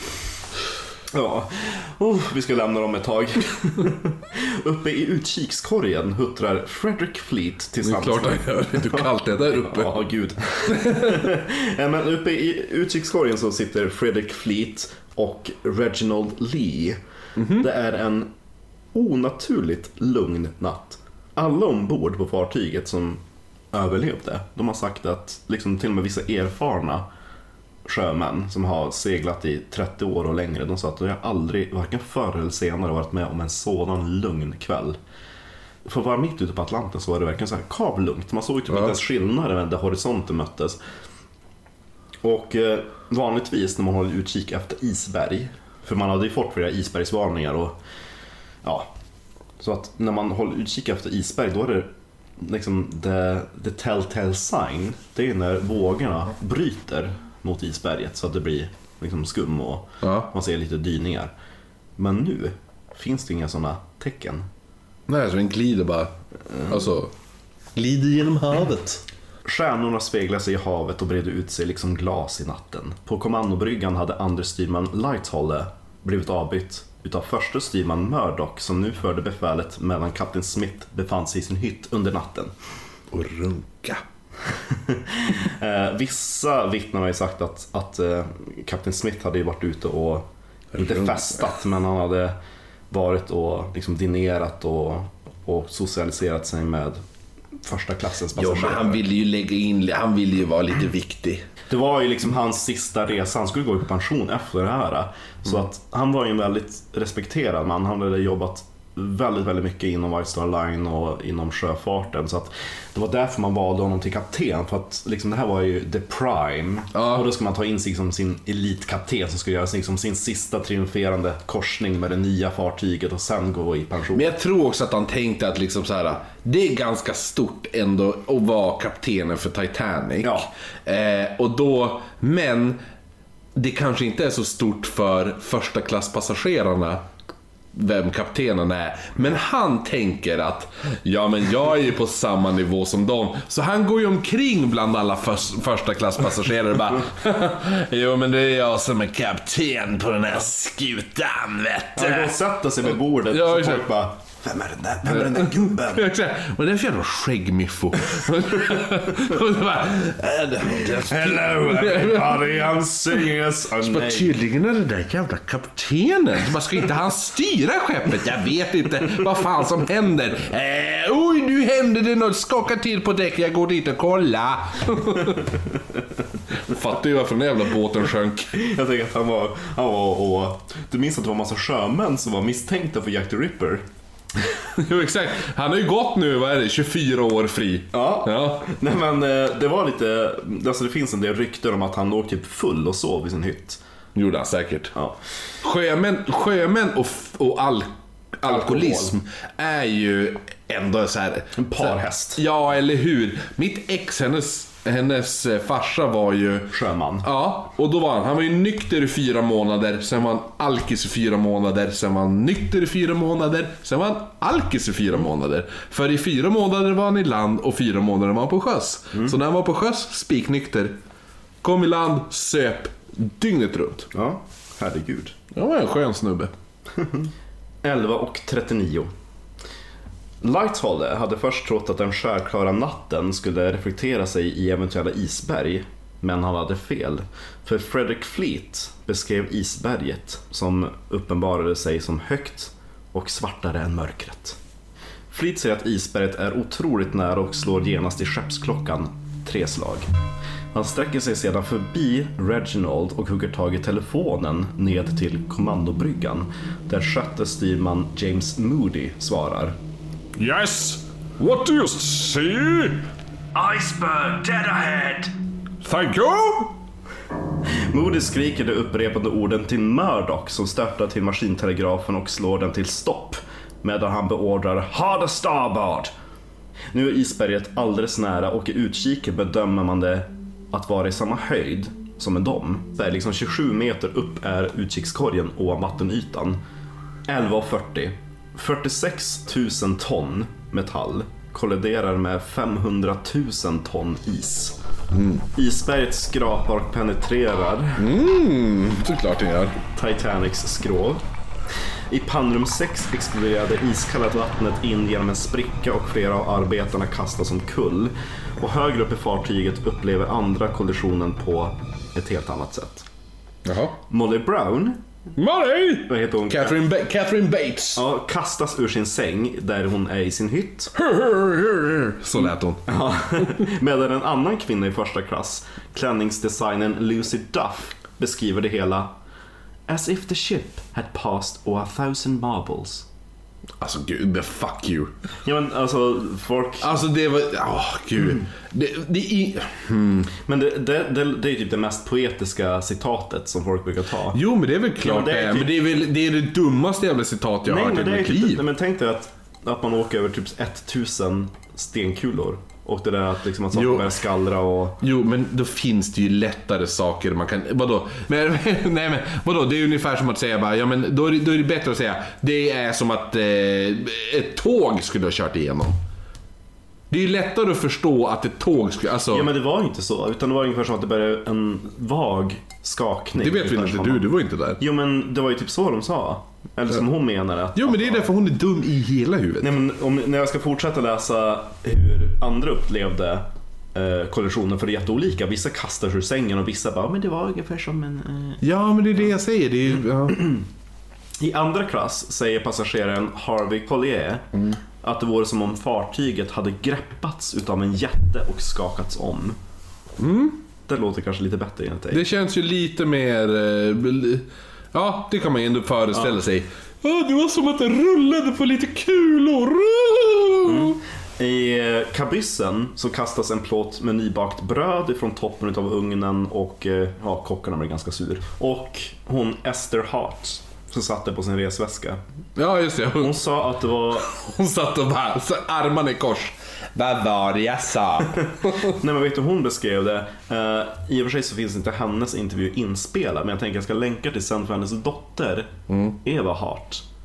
Ja, oh, vi ska lämna dem ett tag. Uppe i utkikskorgen huttrar Frederick Fleet tillsammans. Det är klart han gör. Vet du hur kallt det är där uppe? Ja, gud. Men uppe i utkikskorgen så sitter Frederick Fleet och Reginald Lee. Mm-hmm. Det är en onaturligt lugn natt. Alla ombord på fartyget som överlevde, de har sagt att liksom till och med vissa erfarna sjömän som har seglat i trettio år och längre, de sa att de har aldrig, varken förr eller senare, varit med om en sådan lugn kväll. För att vara mitt ute på Atlanten så var det verkligen så här kavlugnt. Man såg typ ja. inte ens skillnader där horisonten möttes. Och eh, vanligtvis när man håller utkik efter isberg, för man hade ju fått flera isbergsvarningar och ja, så att när man håller utkik efter isberg, då är det liksom the, the telltale sign. Det är när vågorna bryter mot isberget så att det blir liksom skum och ja. man ser lite dyningar. Men nu finns det inga sådana tecken. Nej, så den glider bara. Mm. Alltså, glider genom havet. Stjärnorna speglar sig i havet och breder ut sig liksom glas i natten. På kommandobryggan hade andre styrman Lightoller blivit avbytt utav första styrman Murdoch, som nu förde befälet medan kapten Smith befann sig i sin hytt under natten. Och runka. eh, vissa vittnen har ju sagt att, att eh, kapten Smith hade ju varit ute och inte runka. festat, men han hade varit och liksom dinerat och, och socialiserat sig med första klassens passagerare. Ja, men han ville ju lägga in, han ville ju vara lite viktig. Det var ju liksom hans sista resa. Han skulle gå i pension efter det här. Så att han var ju en väldigt respekterad man. Han hade jobbat väldigt, väldigt mycket inom White Star Line och inom sjöfarten. Så att det var därför man valde honom till kapten. För att liksom det här var ju the prime. Ja. Och då ska man ta in sig som sin elitkapten som ska göra sig som sin sista triumferande korsning med det nya fartyget och sen gå i pension. Men jag tror också att han tänkte att liksom så här, det är ganska stort ändå att vara kaptenen för Titanic. Ja. Eh, och då, men det kanske inte är så stort för första klasspassagerarna vem kaptenen är. Men han tänker att ja, men jag är ju på samma nivå som dem. Så han går ju omkring bland alla för, första klasspassagerare och bara jo, men det är jag som är kapten på den här skutan, vet du. Han går och sätter sig vid bordet. Ja, så exakt. folk bara, vem är den där, vem är den där gubben? Men det är för jävla skäggmiffo. Hello everybody, I'm seeing us. Oh, men tydligen är det där jävla kaptenen. Man ska inte han styra skeppet? Jag vet inte vad fan som händer. eh, Oj, nu händer det något. Skakar till på däck, jag går dit och kollar. Fattar ju varför den jävla båten sjönk. Jag tänker att han var, han var och, du minns att det var en massa sjömän som var misstänkta för Jack the Ripper. Jo, exakt. Han har ju gått nu, vad är det, tjugofyra år fri. Ja, ja. Nej, men det var lite, alltså det finns en del rykten om att han låg typ full och sov i sin hytt. Gjorde han säkert. Ja. Sjömän, sjömän och, och al, alkoholism är ju ändå så här en parhäst. Ja, eller hur? Mitt ex, hennes hennes farsa var ju sjöman. Ja, och då var han, han var ju nykter i fyra månader. Sen var han alkis i fyra månader. Sen var han nykter i fyra månader. Sen var han alkis i fyra månader. För i fyra månader var han i land och fyra månader var han på sjöss. mm. Så när han var på sjöss, spiknykter. Kom i land, söp dygnet runt. Ja, herregud. Det var en skön snubbe. elva och trettionio. Lighthall hade först trott att den skärklara natten skulle reflektera sig i eventuella isberg, men han hade fel. För Frederick Fleet beskrev isberget som uppenbarade sig som högt och svartare än mörkret. Fleet säger att isberget är otroligt nära och slår genast i skeppsklockan tre slag. Han sträcker sig sedan förbi Reginald och hugger tag i telefonen ned till kommandobryggan, där sjätte styrman James Moody svarar. Yes, what do you see? Iceberg dead ahead. Thank you. Moody skriker de upprepade orden till Murdoch som störtar till maskintelegrafen och slår den till stopp, medan han beordrar hard starboard. Nu är isberget alldeles nära och i utkiken bedömer man det att vara i samma höjd som med dem. Det är liksom tjugosju meter upp är utkikskorgen ovan vattenytan. elva fyrtio. fyrtiosex tusen ton metall kolliderar med femhundratusen ton is. Mm. Isberget skrapar och penetrerar. Mm, såklart det gör. Titanics skrov. I pannrum sex exploderade iskallat vattnet in genom en spricka och flera av arbetarna kastas omkull. Och högre upp i fartyget upplever andra kollisionen på ett helt annat sätt. Jaha. Molly Brown, Molly! vad heter hon? Catherine, ba- Catherine Bates. Ja, kastas ur sin säng där hon är i sin hytt. Så lät hon. Ja, medan en annan kvinna i första klass, klänningsdesignern Lucy Duff, beskriver det hela as if the ship had passed over a thousand marbles. Alltså gud, but fuck you. Ja, men alltså folk. Alltså det var, åh oh, gud. Mm. Det, det är hmm. Men det, det, det, det är typ det mest poetiska citatet som folk brukar ta. Jo, men det är väl klart ja, det är, typ... men det är väl det är det dummaste jävla citat jag nej, har hört i mitt liv. Nej, men tänk dig att att man åker över typ tusen stenkulor. Och det där att, liksom, att saker börjar skallra och... Jo, men då finns det ju lättare saker man kan... Vadå? Men, nej, men vadå? Det är ungefär som att säga bara... Ja, men då är det, då är det bättre att säga... Det är som att eh, ett tåg skulle ha kört igenom. Det är ju lättare att förstå att ett tåg skulle... Alltså... Ja, men det var ju inte så. Utan det var ungefär som att det började en vag skakning. Det vet vi inte, du, du var inte där. Jo, men det var ju typ så de sa. Eller som hon menar att... Jo, men det är därför hon är dum i hela huvudet. Nej, men om, när jag ska fortsätta läsa hur andra upplevde eh, kollisionen, för det är jätteolika. Vissa kastar sig ur sängen och vissa bara, men det var ungefär som en... Eh... Ja, men det är det jag säger. Det är, ja. I andra klass säger passageraren Harvey Collier mm. att det vore som om fartyget hade greppats utav en jätte och skakats om. Mm. Det låter kanske lite bättre enligt dig. Det känns ju lite mer... Eh, ja, det kan man ju ändå föreställa ja. sig. Ja, det var som att det rullade på lite kulor. Mm. I kabyssen så kastas en plåt med nybakt bröd ifrån toppen av ugnen och ja, kockarna blir ganska sur. Och hon Esther Hart som satt där på sin resväska. Ja, just det. Hon, hon sa att det var... Hon satt och bara, så armarna i kors. Vad var det jag sa? Nej, men vet du, hon beskrev det. uh, I och för sig så finns inte hennes intervju inspelad, men jag tänker jag ska länka till sen för hennes dotter mm. Eva Hart.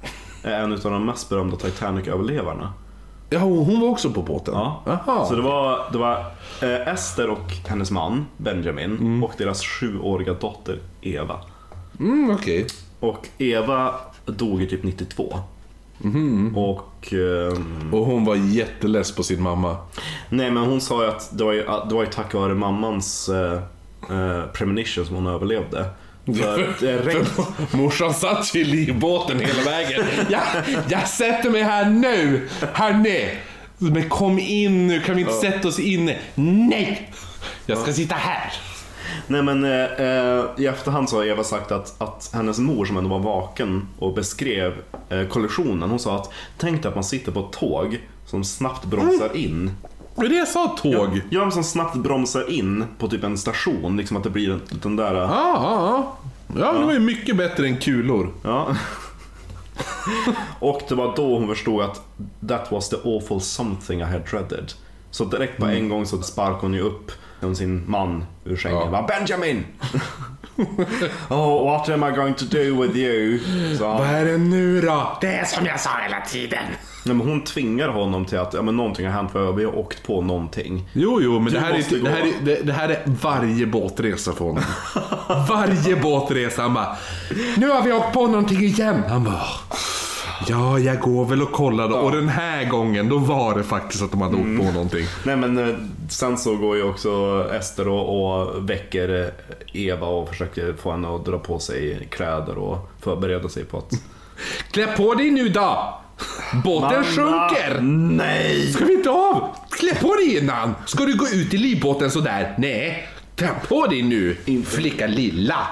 är en av de mest berömda Titanic-överlevarna. Ja, hon var också på båten. Ja. Aha. Så det var, det var eh, Esther och hennes man Benjamin mm. och deras sjuåriga dotter Eva. Mm, okej. Okay. Och Eva dog i typ nittiotvå. Mm. Och, eh, och hon var jätteless på sin mamma. Nej, men hon sa ju att det var ju, det var ju tack vare mammans eh, eh, premonition som hon överlevde. För det regn... Morsan satt i livbåten hela vägen. jag, jag sätter mig här nu. Här ner. Men kom in nu, kan vi inte ja. sätta oss inne? Nej, jag ska ja. sitta här. Nej, men eh, i efterhand så har Eva sagt att, att hennes mor som ändå var vaken och beskrev eh, kollisionen, hon sa att tänk dig att man sitter på ett tåg som snabbt bromsar mm. in. Men det jag sa tåg. Ja, ja, som snabbt bromsar in på typ en station, liksom att det blir en liten där. Ja, ja, ja. Ja, det var ju mycket bättre än kulor. Ja. Och det var då hon förstod att that was the awful something I had dreaded. Så direkt på mm. en gång så sparkade hon ju upp sin man ur sängen. Ja. Bara, Benjamin! Oh, what am I going to do with you? Så, vad är det nu då? Det är som jag sa hela tiden. Nej, men hon tvingar honom till att ja, men någonting har hänt för vi har åkt på någonting. Jo, jo, men det här, är, det, här är, det, det här är varje båtresa för honom. Varje båtresa. Han bara, nu har vi åkt på någonting igen. Han bara, ja, jag går väl och kollar då. Ja. Och den här gången, då var det faktiskt att de hade mm. åkt på någonting. Nej, men sen så går ju också Esther och, och väcker Eva och försöker få henne att dra på sig kläder och förbereda sig på att... Klä på dig nu då! Båten Mamma, sjunker! Nej! Ska vi inte av? Klä på dig innan! Ska du gå ut i livbåten så där? Nej, klä på dig nu, flicka lilla!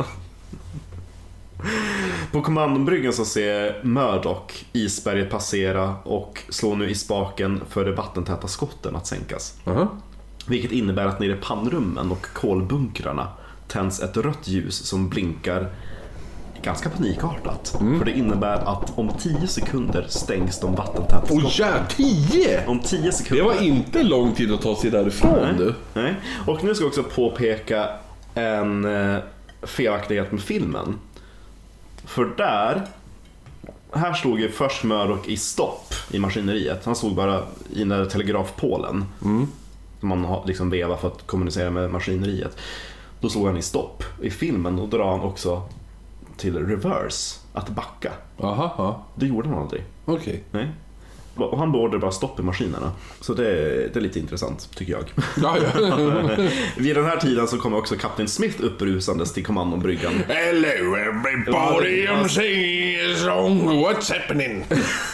På kommandobryggan så ser Murdoch isberget passera och slår nu i spaken för de vattentäta skotten att sänkas. Uh-huh. Vilket innebär att nere i pannrummen och kolbunkrarna tänds ett rött ljus som blinkar ganska panikartat. Mm. För det innebär att om tio sekunder stängs de vattentäta skotten. Åh ja, tio! Om tio sekunder. Det var inte lång tid att ta sig därifrån. Nej. Du. Nej. Och nu ska jag också påpeka en eh, felaktighet med filmen. För där, här stod ju först Murdoch i stopp i maskineriet. Han stod bara i den där telegrafpålen mm. som man har liksom vevar för att kommunicera med maskineriet. Då stod han i stopp. I filmen då drar han också till reverse, att backa. Aha, aha. Det gjorde han aldrig. Okej. Okay. Nej. Och han beordrar bara stopp i maskinerna. Så det är, det är lite intressant, tycker jag. Ja, ja. Vid den här tiden så kommer också Kapten Smith upprusandes till kommandobryggan. Hello everybody, I'm singing a song, what's happening?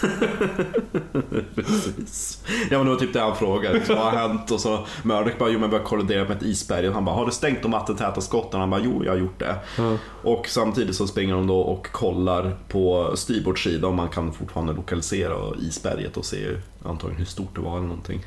Precis. Ja, men det var typ det han frågade. Vad har hänt? Och så Murdoch bara, jo men börjar kollidera med ett isberg. Och han bara, har du stängt de vattentäta skotten? Han bara, jo jag har gjort det. Mm. Och samtidigt så springer de då och kollar på styrbordssida om man kan fortfarande lokalisera isberget och se antagligen hur stort det var eller någonting.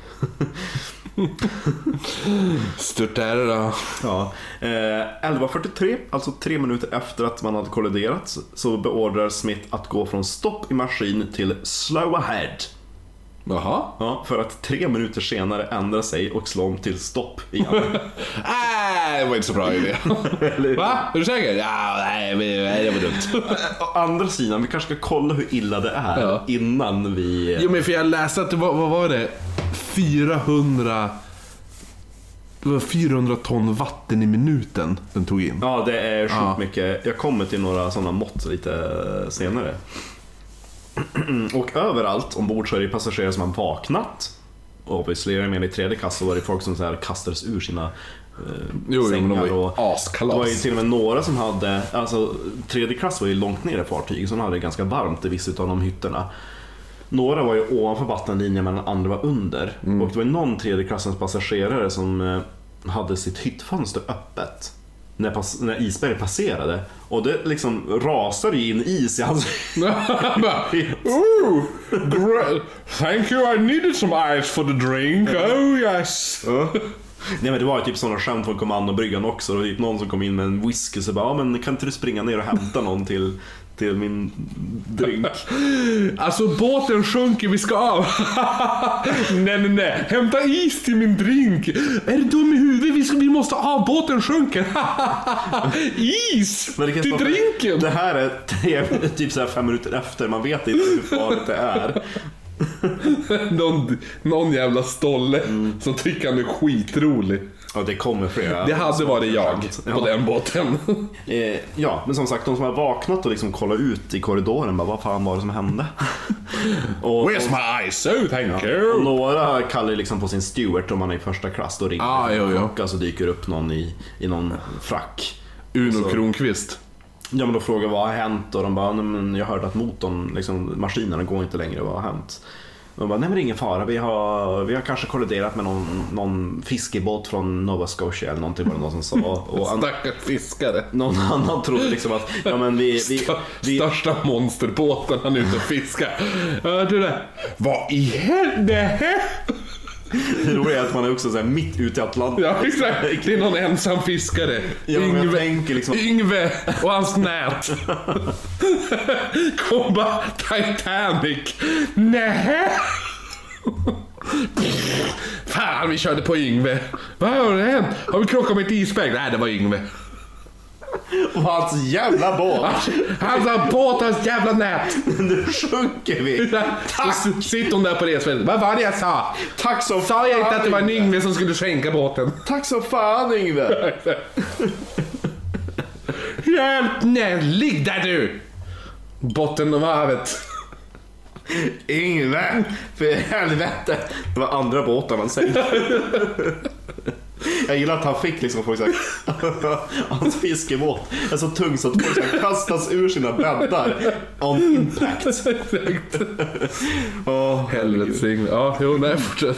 Stort är det då. Ja. eh, elva fyrtiotre, alltså tre minuter efter att man hade kolliderat, så beordrar Smith att gå från stopp i maskin till slow ahead. Jaha. Ja, för att tre minuter senare ändra sig och slå om till stopp igen. Nej, det var inte så bra idé. Va? Är du säker? Ja, nej, det var dumt. Å andra sidan, vi kanske ska kolla hur illa det är ja. innan vi... Jo, men för jag läste att det var, vad var det? fyrahundra... Det var fyrahundra ton vatten i minuten den tog in. Ja, det är sjukt ja. mycket. Jag kommer till några sådana mått lite senare. Och överallt ombord så är det passagerare som har vaknat. Och obviously, med i tredje klass så var det folk som så här kastades ur sina eh, jo, sängar. Jo, det var och det var ju till och med några som hade, alltså tredje klass var ju långt ner i fartyg, så de hade det ganska varmt i vissa av de hytterna. Några var ju ovanför vattenlinjen medan andra var under. Mm. Och det var någon tredje klassens passagerare som eh, hade sitt hyttfönster öppet när, pass- när isberget passerade. Och det liksom rasade in is i hans Ooh, great. Thank you, I needed some ice for the drink. Oh yes. Nej, men det var ju typ sådana skämt från kommandobryggan också. Det var typ någon som kom in med en whisky så bara, ja, men kan inte du springa ner och hämta någon till, till min drink. Alltså båten sjunker, vi ska av. Nej, nej, nej. Hämta is till min drink. Är du dum i huvudet? Vi, ska, vi måste av, båten sjunker. Is Men det till vara, drinken. Det här är tre, typ så här fem minuter efter. Man vet inte hur farligt det är. någon, någon jävla stolle mm. som tycker han är skitrolig. Ja, det kommer flera. Det hade varit jag på ja. den båten. eh, Ja, men som sagt, de som har vaknat och liksom kollat ut i korridoren bara, vad fan var det som hände? och, Where's my eyes? Oh, thank ja, you. och några kallar liksom på sin steward om man är i första klass. Då ringer ah, jo, jo. och alltså dyker upp någon i, i någon frack. Uno Kronqvist. Ja, men då frågar vad har hänt och de bara, men jag hörde att motorn, liksom, maskinerna går inte längre, vad har hänt? Och de bara, nej men det är ingen fara, vi har, vi har kanske kolliderat med någon, någon fiskebåt från Nova Scotia eller någonting, var det någon som sa. Och an- Stackars fiskare. Någon annan trodde liksom att, ja men vi... vi, vi Största monsterbåten han är ute och fiskar. Ja, du där. Vad i helvete? Det roliga är att man är också så här mitt ute i Atlanten. Ja, exakt. Det är någon ensam fiskare. Ja, Yngve, liksom... Yngve och hans nät. Kom bara Titanic. Nej. Fan, vi körde på Yngve. Vad har det hänt? Har vi krockat med ett isberg? Nej, det var Yngve. Och hans jävla båt. Hans båt, hans jävla nät. Nu sjunker vi. Tack. Sitter hon där på resfältet. Vad var det jag sa? Tack så fan. Sa jag inte att det var en Yngve som skulle skänka båten? Tack så fan, Yngve. Hjälp, nej, ligg där du. Botten av havet. Yngve, för helvete. Det var andra båtar man säger. Jag gillar att han fick liksom folk sagt, hans fiskebåt är så tung så att folk kastas ur sina bäddar on impact. oh, helvete. Ja, jo, nej, fortsätt.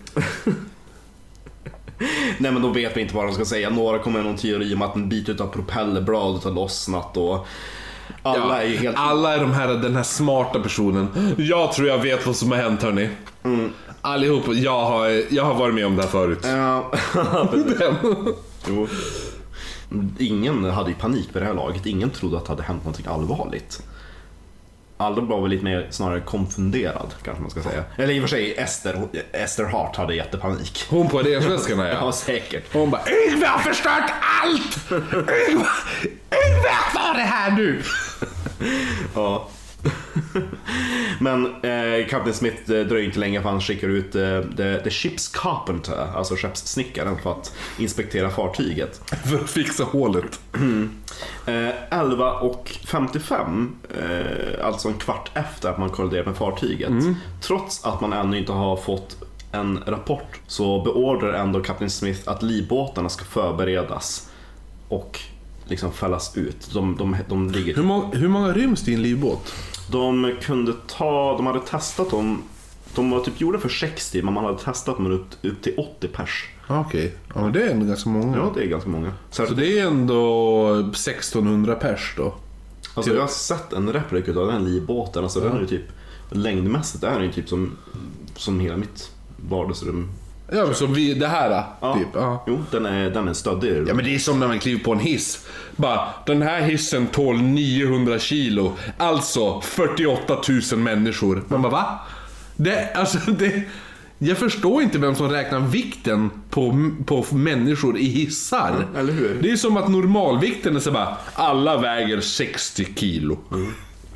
Nej, men då vet vi inte vad de ska säga. Några kommer med någon teori om att en bit av propellerbladet har lossnat och alla ja, är helt... alla är de här, den här smarta personen. Jag tror jag vet vad som har hänt, hörni. Mm. Allihop, jag har, jag har varit med om det här förut. Ja. Jo. Ingen hade ju panik på det här laget. Ingen trodde att det hade hänt något allvarligt. Alla var väl lite mer snarare konfunderad, kanske man ska säga. Eller i och för sig Esther, Esther Hart hade jättepanik. Hon på resväskorna, ja. Ja, säkert. Hon bara, Yngve har förstört allt! Yngve, Yngve, vad är det här nu? Ja. Men eh, Captain Smith eh, dröjer inte länge för han skickar ut eh, the, the ship's carpenter, alltså skeppssnickaren, för att inspektera fartyget. För att fixa hålet. Mm. eh, elva och femtiofem, eh, alltså en kvart efter att man kolliderat med fartyget. Mm. Trots att man ännu inte har fått en rapport, så beordrar ändå Captain Smith att livbåtarna ska förberedas och liksom fällas ut. De, de, de ligger... hur, må- hur många ryms det i en livbåt? De kunde ta, de hade testat dem. De var typ gjorda för sextio, men man hade testat dem upp, upp till åttio pers. Okej, okay. Ja, men det är ändå ganska många. Ja, det är ganska många. Så, så det är ändå sextonhundra pers då? Alltså jag har sett en replik av den livbåten. Alltså ja. Den är ju typ, längdmässigt är den ju typ som, som hela mitt vardagsrum. Ja, men som vi, det här ja. typ. Ja. Jo, den är, den är stöddig. Ja, men det är som när man kliver på en hiss. Bara, den här hissen tål niohundra kilo. Alltså fyrtioåtta tusen människor. Man bara, va? Det, alltså, det, jag förstår inte vem som räknar vikten på, på människor i hissar. Ja, eller hur? Det är som att normalvikten är så bara, alla väger sextio kilo. Mm.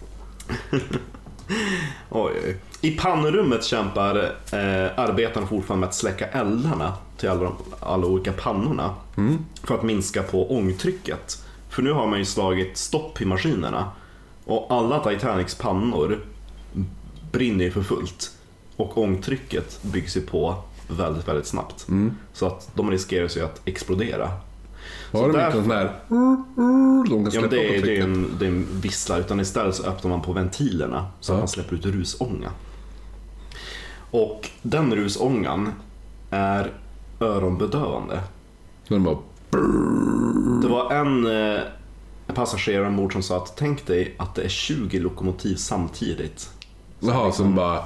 Oj, oj. I pannrummet kämpar eh, arbetarna fortfarande med att släcka eldarna till alla, alla olika pannorna mm. för att minska på ångtrycket. För nu har man ju slagit stopp i maskinerna och alla Titanics pannor brinner ju för fullt och ångtrycket byggs ju på väldigt, väldigt snabbt. Mm. Så att de riskerar sig att explodera. Har de inte sån här? De ja, men det, är, det, är en, det är en vissla, utan istället så öppnar man på ventilerna så ja. Att man släpper ut rusånga. Och den rusångan är öronbedövande. Den bara... Det var en eh, passagerare ombord som sa att tänk dig att det är tjugo lokomotiv samtidigt. Jaha, liksom... som bara...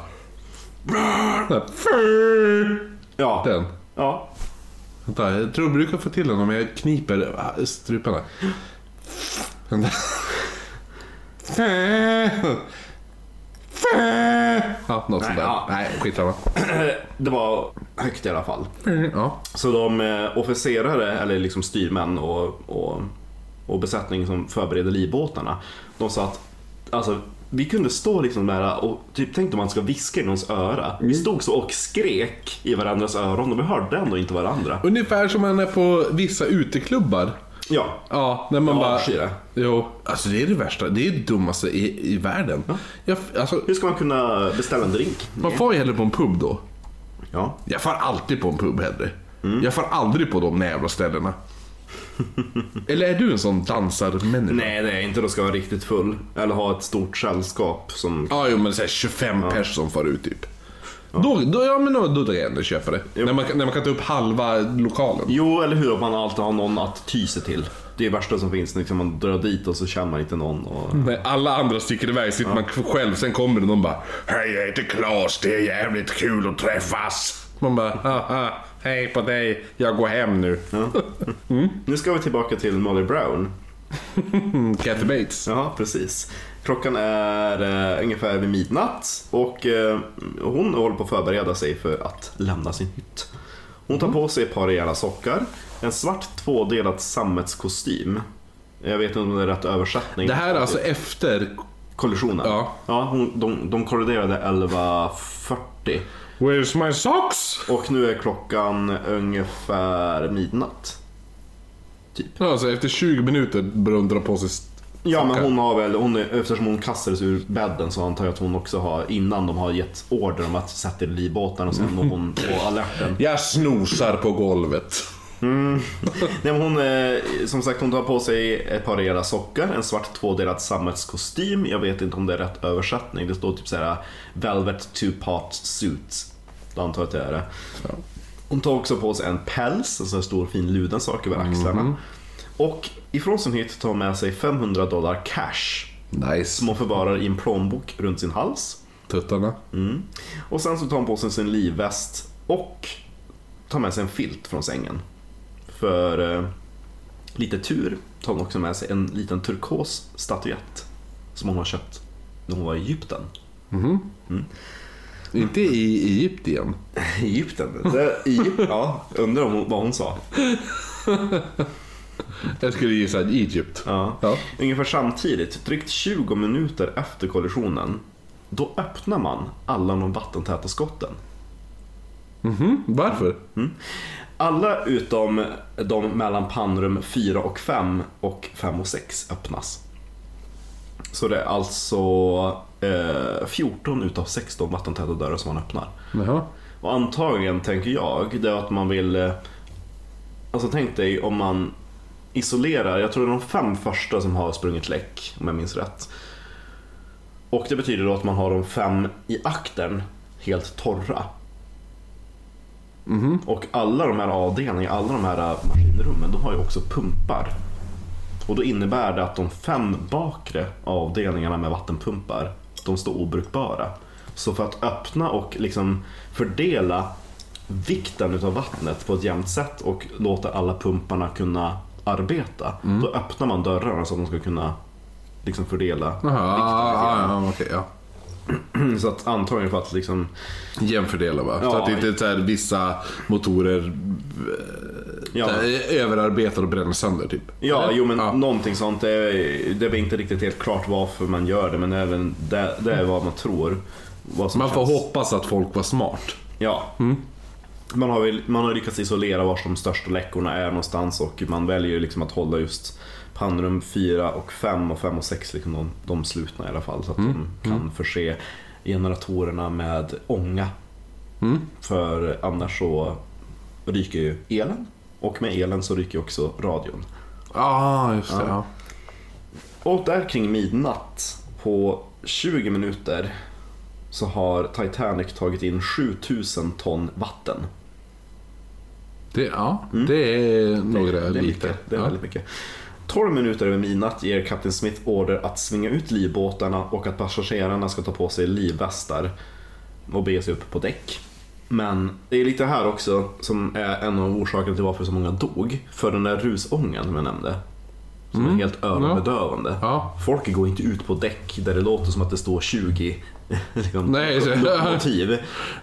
Ja. Den. Ja. Vänta, jag tror jag brukar få till den om jag kniper struparna. Ja, något sånt där. ja. Nej, skitsamma. Det var högt i alla fall. Ja. Så de eh, officerare, eller liksom styrmän och, och, och besättning som förbereder livbåtarna, de sa att alltså, vi kunde stå liksom där och typ tänkte man ska viska i någons öra. Vi stod så och skrek i varandras öron och vi hörde ändå inte varandra. Ungefär som man är på vissa uteklubbar. Ja, Ja, när man jag bara... avskyr det. Jo, alltså det är det värsta. Det är det dummaste i, i världen. Ja. Jag, alltså, Hur ska man kunna beställa en drink? man får ju hellre på en pub då. Ja. Jag far alltid på en pub hellre. Mm. Jag far aldrig på de jävla ställena. Eller är du en sån dansarmänniska? Nej, det är inte. Då ska vara riktigt full. Eller ha ett stort sällskap som... Ja, jo, men så här tjugofem ja. pers som far ut typ. Ja. Då, då, ja, men då, då drar jag ändå köpa det. När man, när man kan ta upp halva lokalen. Jo, eller hur? Man alltid har någon att ty sig till. Det är det värsta som finns. Liksom man drar dit och så känner man inte någon. Och... Nej, alla andra sticker iväg. Sitter ja. man själv. Sen kommer det någon bara: hej, jag heter Claes. Det är jävligt kul att träffas. Man bara: haha, hej på dig. Jag går hem nu. Ja. Mm. Nu ska vi tillbaka till Molly Brown. Kathy Bates. Ja, precis. Klockan är eh, ungefär vid midnatt. Och eh, hon håller på att förbereda sig för att lämna sin hytt. Hon tar på sig ett par rejäla sockar, en svart tvådelad sammetskostym. Jag vet inte om det är rätt översättning. Det här är alltså efter kollisionen. Ja, ja hon, de, de kolliderade elva fyrtio. Where's my socks? Och nu är klockan ungefär midnatt. Typ. Ja, alltså efter tjugo minuter börjar hon dra på sig st- Ja, men sockar. hon har väl, hon, eftersom hon kastades ur bädden så antar jag att hon också har, innan de har gett order om att sätta i livbåten och sen var hon på alerten. Jag snosar på golvet. Mm. Nej, men hon, eh, som sagt, hon tar på sig ett par rejäla sockar, en svart tvådelad sammetskostym. Jag vet inte om det är rätt översättning. Det står typ såhär velvet two-part suit. Då antar jag att det är det. Hon tar också på sig en päls, en sån här stor fin luden sak över axlarna. Mm. Och ifrån sin hytt tar hon med sig femhundra dollar cash. Nice. Som hon förvarar i en plånbok runt sin hals. Tuttarna. Mm. Och sen så tar hon på sig sin livväst och tar med sig en filt från sängen. För eh, lite tur tar hon också med sig en liten turkos statyett som hon har köpt när hon var i Egypten. Mm. Mm. Inte i Egypten. Egypten? Det, Egypt, ja, undrar om hon, vad hon sa. Jag skulle gissa Egypt. Ja. Ja. Ungefär samtidigt, drygt tjugo minuter efter kollisionen, då öppnar man alla de vattentäta skotten. Mhm, varför? Mm. Alla utom de mellan pannrum fyra och fem och fem och sex öppnas. Så det är alltså eh, fjorton utav sexton vattentäta dörrar som man öppnar. Jaha. Och antagligen tänker jag det är att man vill eh, alltså tänk dig om man isolerar, jag tror det är de fem första som har sprungit läck om jag minns rätt. Och det betyder då att man har de fem i aktern helt torra. Mm-hmm. Och alla de här avdelningarna, alla de här maskinrummen, de har ju också pumpar. Och då innebär det att de fem bakre avdelningarna med vattenpumpar, de står obrukbara. Så för att öppna och liksom fördela vikten utav vattnet på ett jämnt sätt och låta alla pumparna kunna arbeta, mm. då öppnar man dörrarna så att de ska kunna liksom fördela Aha, vikten. Ja, okay, ja. Så att antagligen för att liksom jämfördela va? Ja, så att det inte är så här, vissa motorer ja. överarbetar och bränner sönder typ. Ja, eller? Jo men ja. Någonting sånt. Det är, det är inte riktigt helt klart varför man gör det, men även det, det är vad man tror. Vad som man känns. får hoppas att folk var smart. Ja. Mm. Man har väl, man har lyckats isolera var de största läckorna är någonstans och man väljer liksom att hålla just pannrum fyra och fem och fem och sex liksom de, de slutna i alla fall så att mm. de kan mm. förse generatorerna med ånga. Mm. För annars så ryker ju elen och med elen så ryker också radion. Ah, just det. Ja. Och där kring midnatt på tjugo minuter så har Titanic tagit in sjutusen ton vatten. Det, ja, mm. det är några det, det är lite. Mycket, det är ja. väldigt mycket. tolv minuter över midnatt ger Kapten Smith order att svinga ut livbåtarna och att passagerarna ska ta på sig livvästar och bege sig upp på däck. Men det är lite här också som är en av orsakerna till varför så många dog. För den där rusången som jag nämnde. som mm. är helt öronbedövande. Ja. Folk går inte ut på däck där det låter som att det står tjugo liksom, Nej, så... lokomotiv.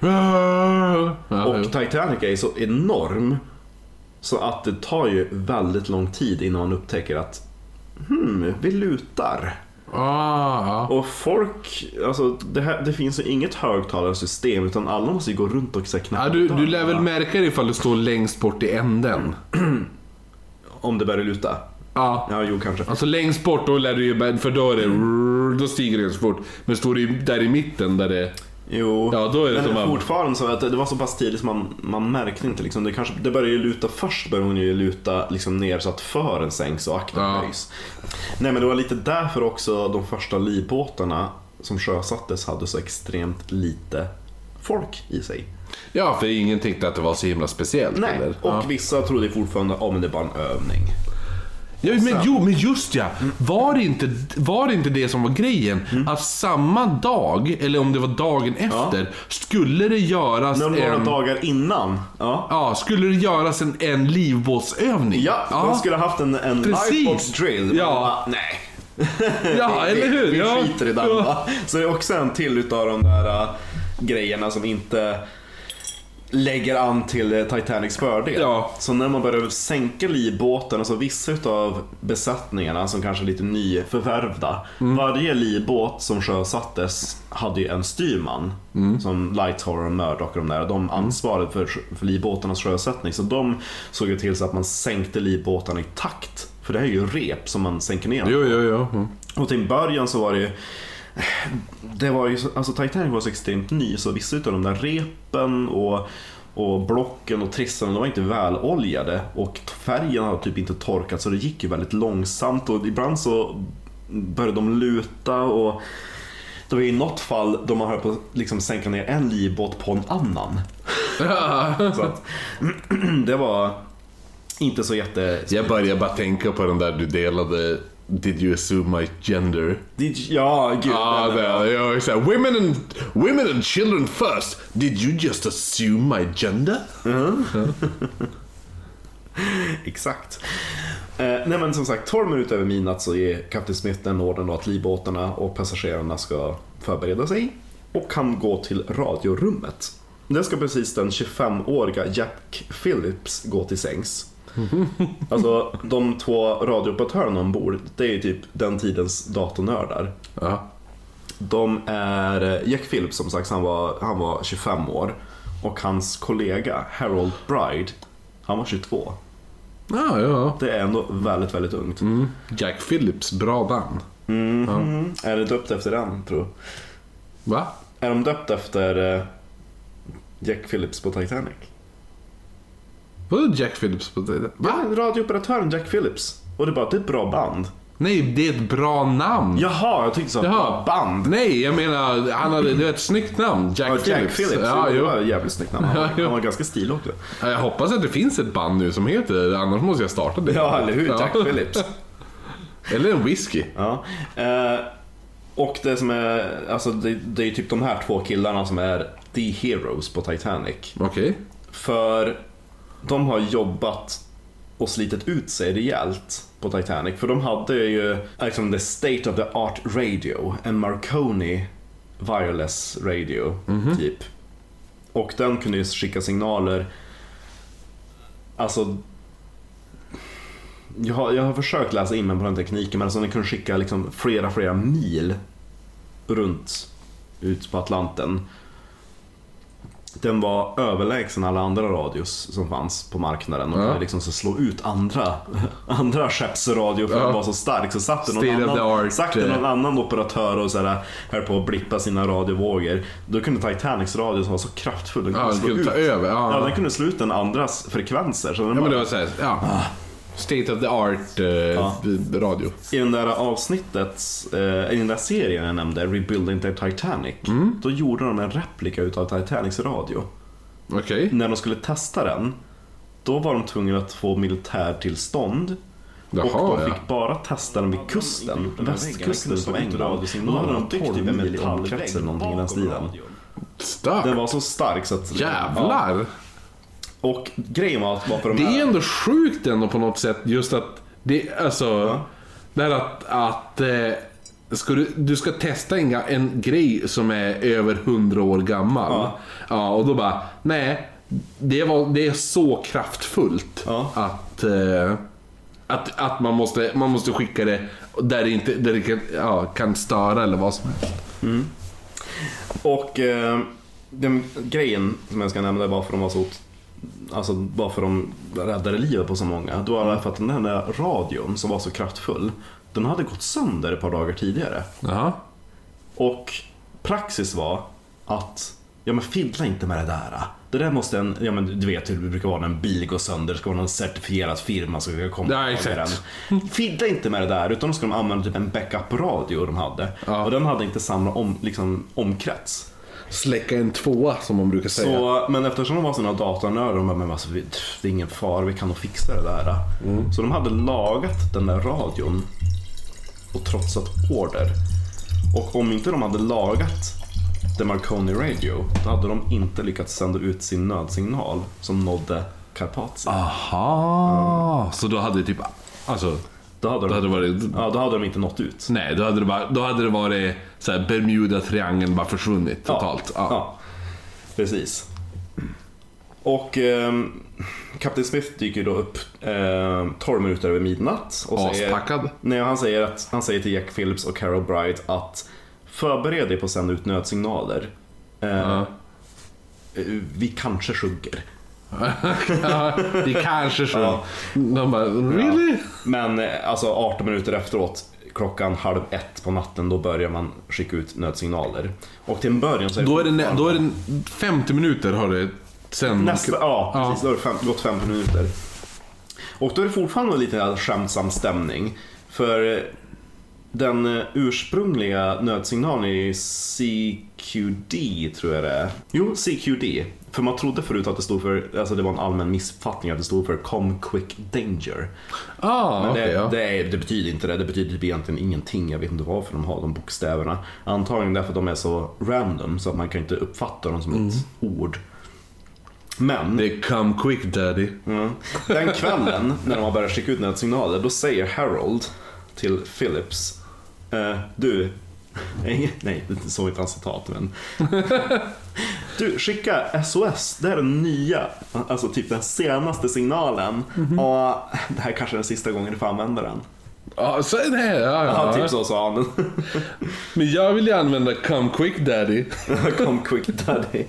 Och Titanic är så enorm så att det tar ju väldigt lång tid innan man upptäcker att hmm, vi lutar. Ah, ja. Och folk, alltså det, här, det finns ju inget högtalarsystem utan alla måste ju gå runt och knäppa. Ja, du, du lär väl märka det ifall du står längst bort i änden. Om det börjar luta. Ja. Ja, jo kanske. Alltså längst bort då lär du ju, för då är det, då stiger det så fort. Men står du där i mitten där det... Jo, ja, då är det men som det man... fortfarande så att det var så pass tidigt som man, man märkte inte liksom. Det, kanske, det började ju luta först, började hon ju luta liksom ner så att fören sänks och akten ja. höjs. Nej, men det var lite därför också de första livbåtarna som sjösattes hade så extremt lite folk i sig. Ja, för ingen tänkte att det var så himla speciellt. Nej, eller? och Ja. vissa trodde fortfarande att oh, men det var en övning. Ja, men, jo, men just ja, var det, inte, var det inte det som var grejen? Mm. Att samma dag, eller om det var dagen efter, ja. skulle det göras några en... dagar innan. Ja, ja skulle det göras en, en livbåtsövning. Ja, ja, de skulle ha haft en, en livebåtsdrill. Ja. Men, nej. Ja, eller hur? Vi, vi ja. skiter i den, va? Så det är också en till utav de där uh, grejerna som inte lägger an till Titanics fördel. Ja. Så när man börjar sänka livbåten, alltså vissa utav besättningarna som kanske är lite nyförvärvda, mm. varje livbåt som sjösattes hade ju en styrman mm. som Lightower och Murdoch och de där, de ansvarade för, för livbåtarnas sjösättning, så de såg ju till så att man sänkte livbåtarna i takt, för det här är ju rep som man sänker ner. Jo, jo, jo. Mm. Och till början så var det ju det var ju, alltså Titanic var så extremt ny, så vissa utav de där repen och, och blocken och trissarna, de var inte väloljade och färgen hade typ inte torkat, så det gick ju väldigt långsamt och ibland så började de luta och det var i något fall då man höll på att liksom sänka ner en livbåt på en annan. Så att det var inte så jätte... Jag började bara tänka på den där du delade. Did you assume my gender? Did you, ja, gud. Ah, det, jag är så här, women and women and children first. Did you just assume my gender? Mm. Exakt. Eh, nej, men som sagt, tolv minuter över midnatt så ger Kapten Smith den ordern att livbåtarna och passagerarna ska förbereda sig och kan gå till radiorummet. Det ska precis den tjugofemåriga Jack Phillips gå till sängs. Alltså de två radiooperatörerna ombord, det är ju typ den tidens datornördar. Ja. De är Jack Phillips, som sagt, han var, han var tjugofem år. Och hans kollega Harold Bride, han var tjugotvå. Ja, ja. Det är ändå väldigt, väldigt ungt. Mm. Jack Phillips, bra namn. Mm. Ja. Är det döpt efter den, tror jag? Va? Är de döpt efter Jack Phillips på Titanic? Vadå Jack Phillips på Titanic? Va? Ja, radiooperatören Jack Phillips. Och det är bara, det är ett bra band. Nej, det är ett bra namn. Jaha, jag tyckte så. Jaha. Band. Nej, jag menar, han hade, det är ett snyggt namn. Jack, ja, Phillips. Jack Phillips. Ja, det var ett jävligt snyggt namn. Han, han var ganska stilig också. Jag hoppas att det finns ett band nu som heter det. Annars måste jag starta det. Ja, eller hur? Jack ja. Phillips. Eller en whisky. Ja. Eh, och det som är, alltså det, det är typ de här två killarna som är the heroes på Titanic. Okej. Okay. För de har jobbat och slitit ut sig rejält på Titanic. För de hade ju liksom the state of the art radio, en Marconi wireless radio mm-hmm. typ. Och den kunde ju skicka signaler. Alltså jag har, jag har försökt läsa in mig på den tekniken, men alltså den kunde skicka liksom flera flera mil runt ut på Atlanten. Den var överlägsen alla andra radios som fanns på marknaden och ja. kunde liksom så slå ut andra andra skeppsradio för ja. att vara så stark, så satt det någon, annan, satt det någon annan operatör och så där höll på att blippa sina radiovågor. Då kunde Titanics radio som var så kraftfull, den kunde, ja, slå kunde ut. ta över. Ja. Ja, den kunde slå ut en andras frekvenser. Så den ja, bara, men det var så här, ja. Ah. State of the art eh, ja. radio. I den där avsnittet, eh, i den där serien jag nämnde, Rebuilding the Titanic, mm. då gjorde de en replika utav Titanics radio. Okej. Okay. När de skulle testa den, då var de tvungna att få militärtillstånd. Jaha, och de fick ja. bara testa den vid kusten, västkusten på England. Då hade de byggt typ en metallkrets eller någonting i den stilen. Stark. Den var så stark så att... Jävlar! Ja. Och grejen var att varför de det här... är ändå sjukt ändå på något sätt, just att det, alltså, ja. Det är att, att eh, ska du, du ska testa en, en grej som är över hundra år gammal. Ja. Ja, och då bara, nej, det, var, det är så kraftfullt Ja. att, eh, att, att man, måste, man måste skicka det där det, inte, där det kan, ja, kan störa eller vad som helst. Mm. Och eh, den grejen som jag ska nämna är bara för att de var så, alltså bara för att de räddade livet på så många. Då var det för att den där radion som var så kraftfull, den hade gått sönder ett par dagar tidigare. Jaha. Och praxis var att ja men fiddla inte med det där. Det där måste en, ja men du vet hur det brukar vara när en bil går sönder, ska vara någon certifierad firma som ska komma Ja, och ta den. Fiddla inte med det där, utan då ska de använda typ en backup-radio de hade. Ja. Och den hade inte samma om, liksom, omkrets. Släcka en tvåa som man brukar säga. Så, men eftersom de var såna datornördar, de bara, men alltså, vi, det är ingen fara, vi kan nog fixa det där. Mm. Så de hade lagat den där radion och trotsat order. Och om inte de hade lagat The Marconi Radio, då hade de inte lyckats sända ut sin nödsignal som nådde Karpatien. Aha, mm. Så då hade det typ, alltså då hade, de, då hade det varit, ja, då hade de inte nått ut. Nej, då hade det, bara, då hade det varit så här, Bermuda-triangeln bara försvunnit totalt. Ja, ja. ja. Precis. Och eh, Kapten Smith dyker då upp eh, tolv minuter över midnatt och Aspackad. säger, nej, han säger att han säger till Jack Phillips och Carol Bright att förbered dig på att sända ut nödsignaler. Eh, Ja. Vi kanske sjunker. Ja, det kanske så. Ja. De bara, really? Ja. Men eh, alltså arton minuter efteråt, klockan halv ett på natten, då börjar man skicka ut nödsignaler. Och till en början så är det, Då är det, då är det femtio minuter har det sen. nästa, ja, Ja. precis, då har det fem, gått femtio minuter. Och då är det fortfarande lite skämtsam stämning. För den ursprungliga nödsignalen är C Q D, tror jag det är. Jo, C Q D. För man trodde förut att det stod för, alltså det var en allmän missuppfattning att det stod för Come Quick Danger. Ah, Men okay, det, ja. det, är, det betyder inte det, det betyder typ egentligen ingenting. Jag vet inte varför de har de bokstäverna. Antagligen därför att de är så random så att man kan inte uppfatta dem som mm. ett ord. Men det är come quick daddy. mm, den kvällen när de har börjat skicka ut nödsignaler, då säger Harold till Phillips, eh, du nej, nej, det är inte så ett citat, men du, skicka S O S, det är den nya, alltså typ den senaste signalen. Mm-hmm. Och det här kanske är den sista gången du får använda den. Ja, så är det. Ja, ja. Ja, typ så sa han. Men jag vill ju använda come quick daddy. Come quick daddy.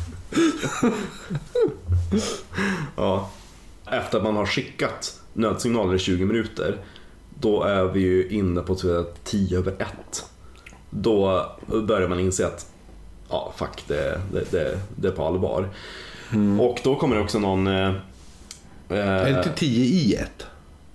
Ja. Efter att man har skickat nödsignaler i tjugo minuter, då är vi ju inne på tio över ett. Då börjar man inse att ja, fuck, det, det, det, det är på allvar. Mm. Och då kommer det också någon eh, är det inte tio i ett?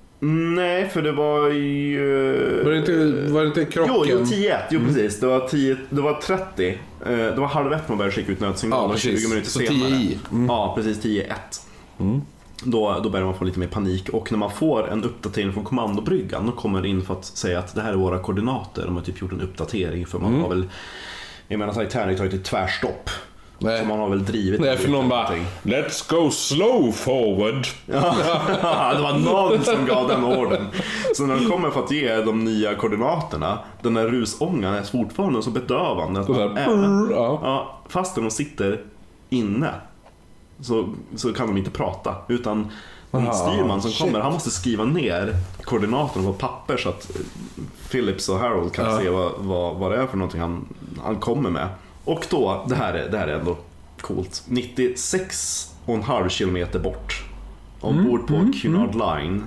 Nej, för det var ju Var det inte, var det inte krocken? Jo, jo tio ett, jo precis. Det var, tio, det var trettio. Det var halv ett man började skicka ut nödsignal, ja, tjugo minuter så senare. tio i. Mm. Ja, precis, tio ett. Mm. Då, då börjar man få lite mer panik. Och när man får en uppdatering från kommandobryggan, då kommer det in för att säga att det här är våra koordinater. De har typ gjort en uppdatering, för man mm. har väl, jag menar, Titanic har ju ett tvärstopp. Nej. Så man har väl drivit. Nej, för någon bara, let's go slow forward. Ja, det var någon som gav den orden. Så när de kommer för att ge de nya koordinaterna, den där rusångan är fortfarande så bedövande att man även, ja, fast de sitter inne, så, så kan de inte prata. Utan en styrman som kommer, han måste skriva ner koordinaterna på papper så att Phillips och Harold kan ja. se vad, vad, vad det är för någonting han, han kommer med. Och då, det här är, det här är ändå coolt, nittiosex komma fem kilometer bort, ombord på mm, Cunard Line,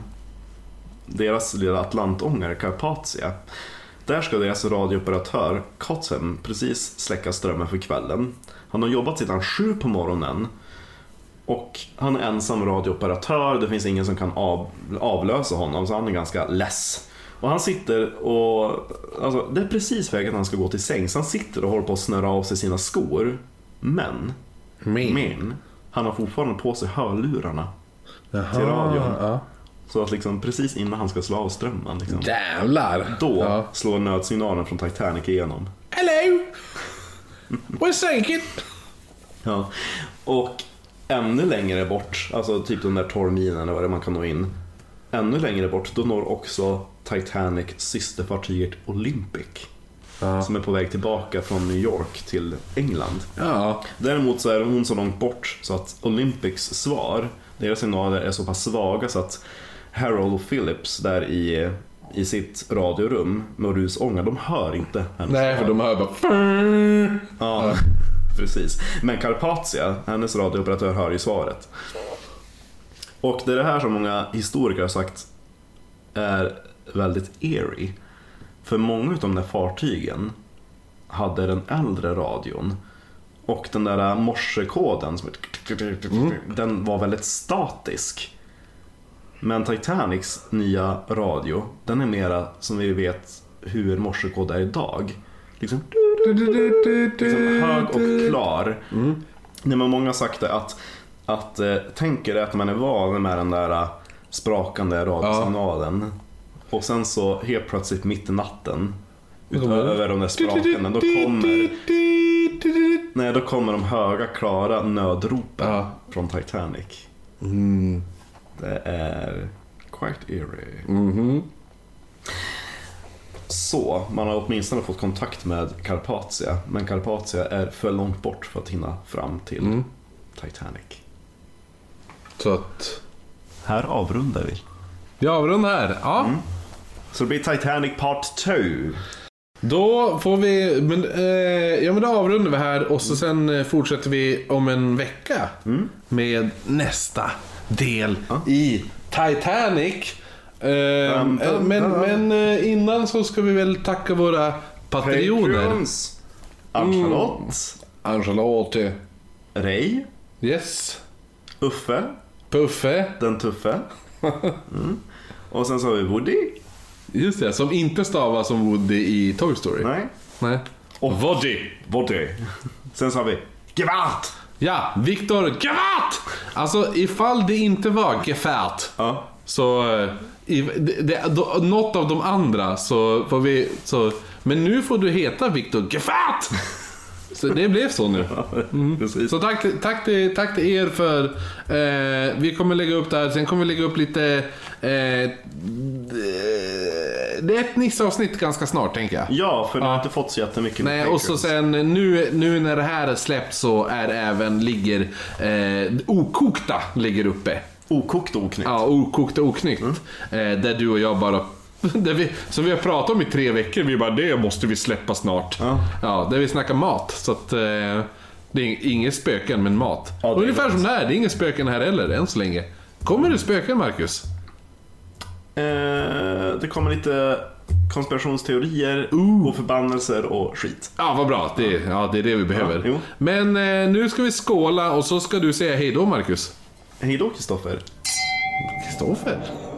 deras lilla atlantångare Carpathia. Där ska deras radiooperatör Cotham precis släcka strömmen för kvällen. Han har jobbat sedan sju på morgonen och han är ensam radiooperatör. Det finns ingen som kan av, avlösa honom, så han är ganska less. Och han sitter och, alltså, det är precis vägen han ska gå till säng. Så han sitter och håller på att snöra av sig sina skor. Men, men. men han har fortfarande på sig hörlurarna. Jaha, till radion. Ja. Så att liksom precis innan han ska slå av strömmen liksom, jävlar. Då ja. slår nödsignalen från Titanic igenom. Hello! We're sinking! Ja. Och ännu längre bort, alltså typ de där tolv milen eller vad det man kan nå in, ännu längre bort, då når också Titanic systerfartyget Olympic. Ja. Som är på väg tillbaka från New York till England. Ja. Däremot så är hon så långt bort så att Olympics svar, deras signaler är så pass svaga så att Harold Phillips där i, i sitt radiorum med rusånga, de hör inte hennes Nej, för svar. de hör bara... Ja, ja, precis. Men Carpathia, hennes radiooperatör, hör ju svaret. Och det är det här som många historiker har sagt är väldigt eerie. För många av de där fartygen hade den äldre radion. Och den där morsekoden som mm. den var väldigt statisk. Men Titanics nya radio, den är mera som vi vet hur morsekod är idag. Liksom, liksom hög och klar. Mm. Nej, men många har sagt det att, att eh, tänker det att man är van med den där sprakande radiosignalen. Ja. Och sen så helt plötsligt mitt i natten utöver de där sprakanden då kommer nej, då kommer de höga klara nödropen ja. Från Titanic. Mm. Det är quite eerie. Mm-hmm. Så man har åtminstone fått kontakt med Carpathia, men Carpathia är för långt bort för att hinna fram till mm. Titanic. Så att här avrundar vi. Vi avrundar här. Ja. Mm. Så det blir Titanic part två. Då får vi men, eh, ja men då avrundar vi här och så sen fortsätter vi om en vecka mm. med nästa del ja. I Titanic. Eh, dum, dum, men dum. men eh, innan så ska vi väl tacka våra patrioner. Ann-Charlotte. Mm. Ann-Charlotte. Ray. Yes. Uffe. Puffe. Den tuffe. Mm. Och sen så har vi Woody. Just det, som inte stavar som Woody i Toy Story. Nej. Nej. Och Woody. Woody. Sen så har vi Gevart. Ja, Victor Gevart. Alltså ifall det inte var Gefärt. Ja. Så i, det, det, då, något av de andra så får vi så, men nu får du heta Victor Gevart. Så det blev så nu. Mm. Så tack, tack, till, tack till er för eh, vi kommer lägga upp där. Sen kommer vi lägga upp lite eh, det är ett Nisse-avsnitt ganska snart, tänker jag. Ja, för det har ja. inte fått så jättemycket. Nej, och så sen nu, nu när det här är släppt så är även ligger eh, okokta ligger uppe. Okokt och oknytt. Ja, okokt och oknytt. Mm. Eh, där du och jag bara där vi, som vi har pratat om i tre veckor. Vi bara, det måste vi släppa snart. Ja, ja där vi snackar mat. Så att eh, det är inget spöken, men mat. Ja, ungefär som det här, det är inget spöken här heller än så länge. Kommer det spöken, Marcus? Eh, det kommer lite konspirationsteorier uh. och förbannelser och skit. Ja, vad bra. Det, ja, det är det vi behöver. Ja, men eh, nu ska vi skåla och så ska du säga hej då, Marcus. Hej då, Kristoffer. Kristoffer?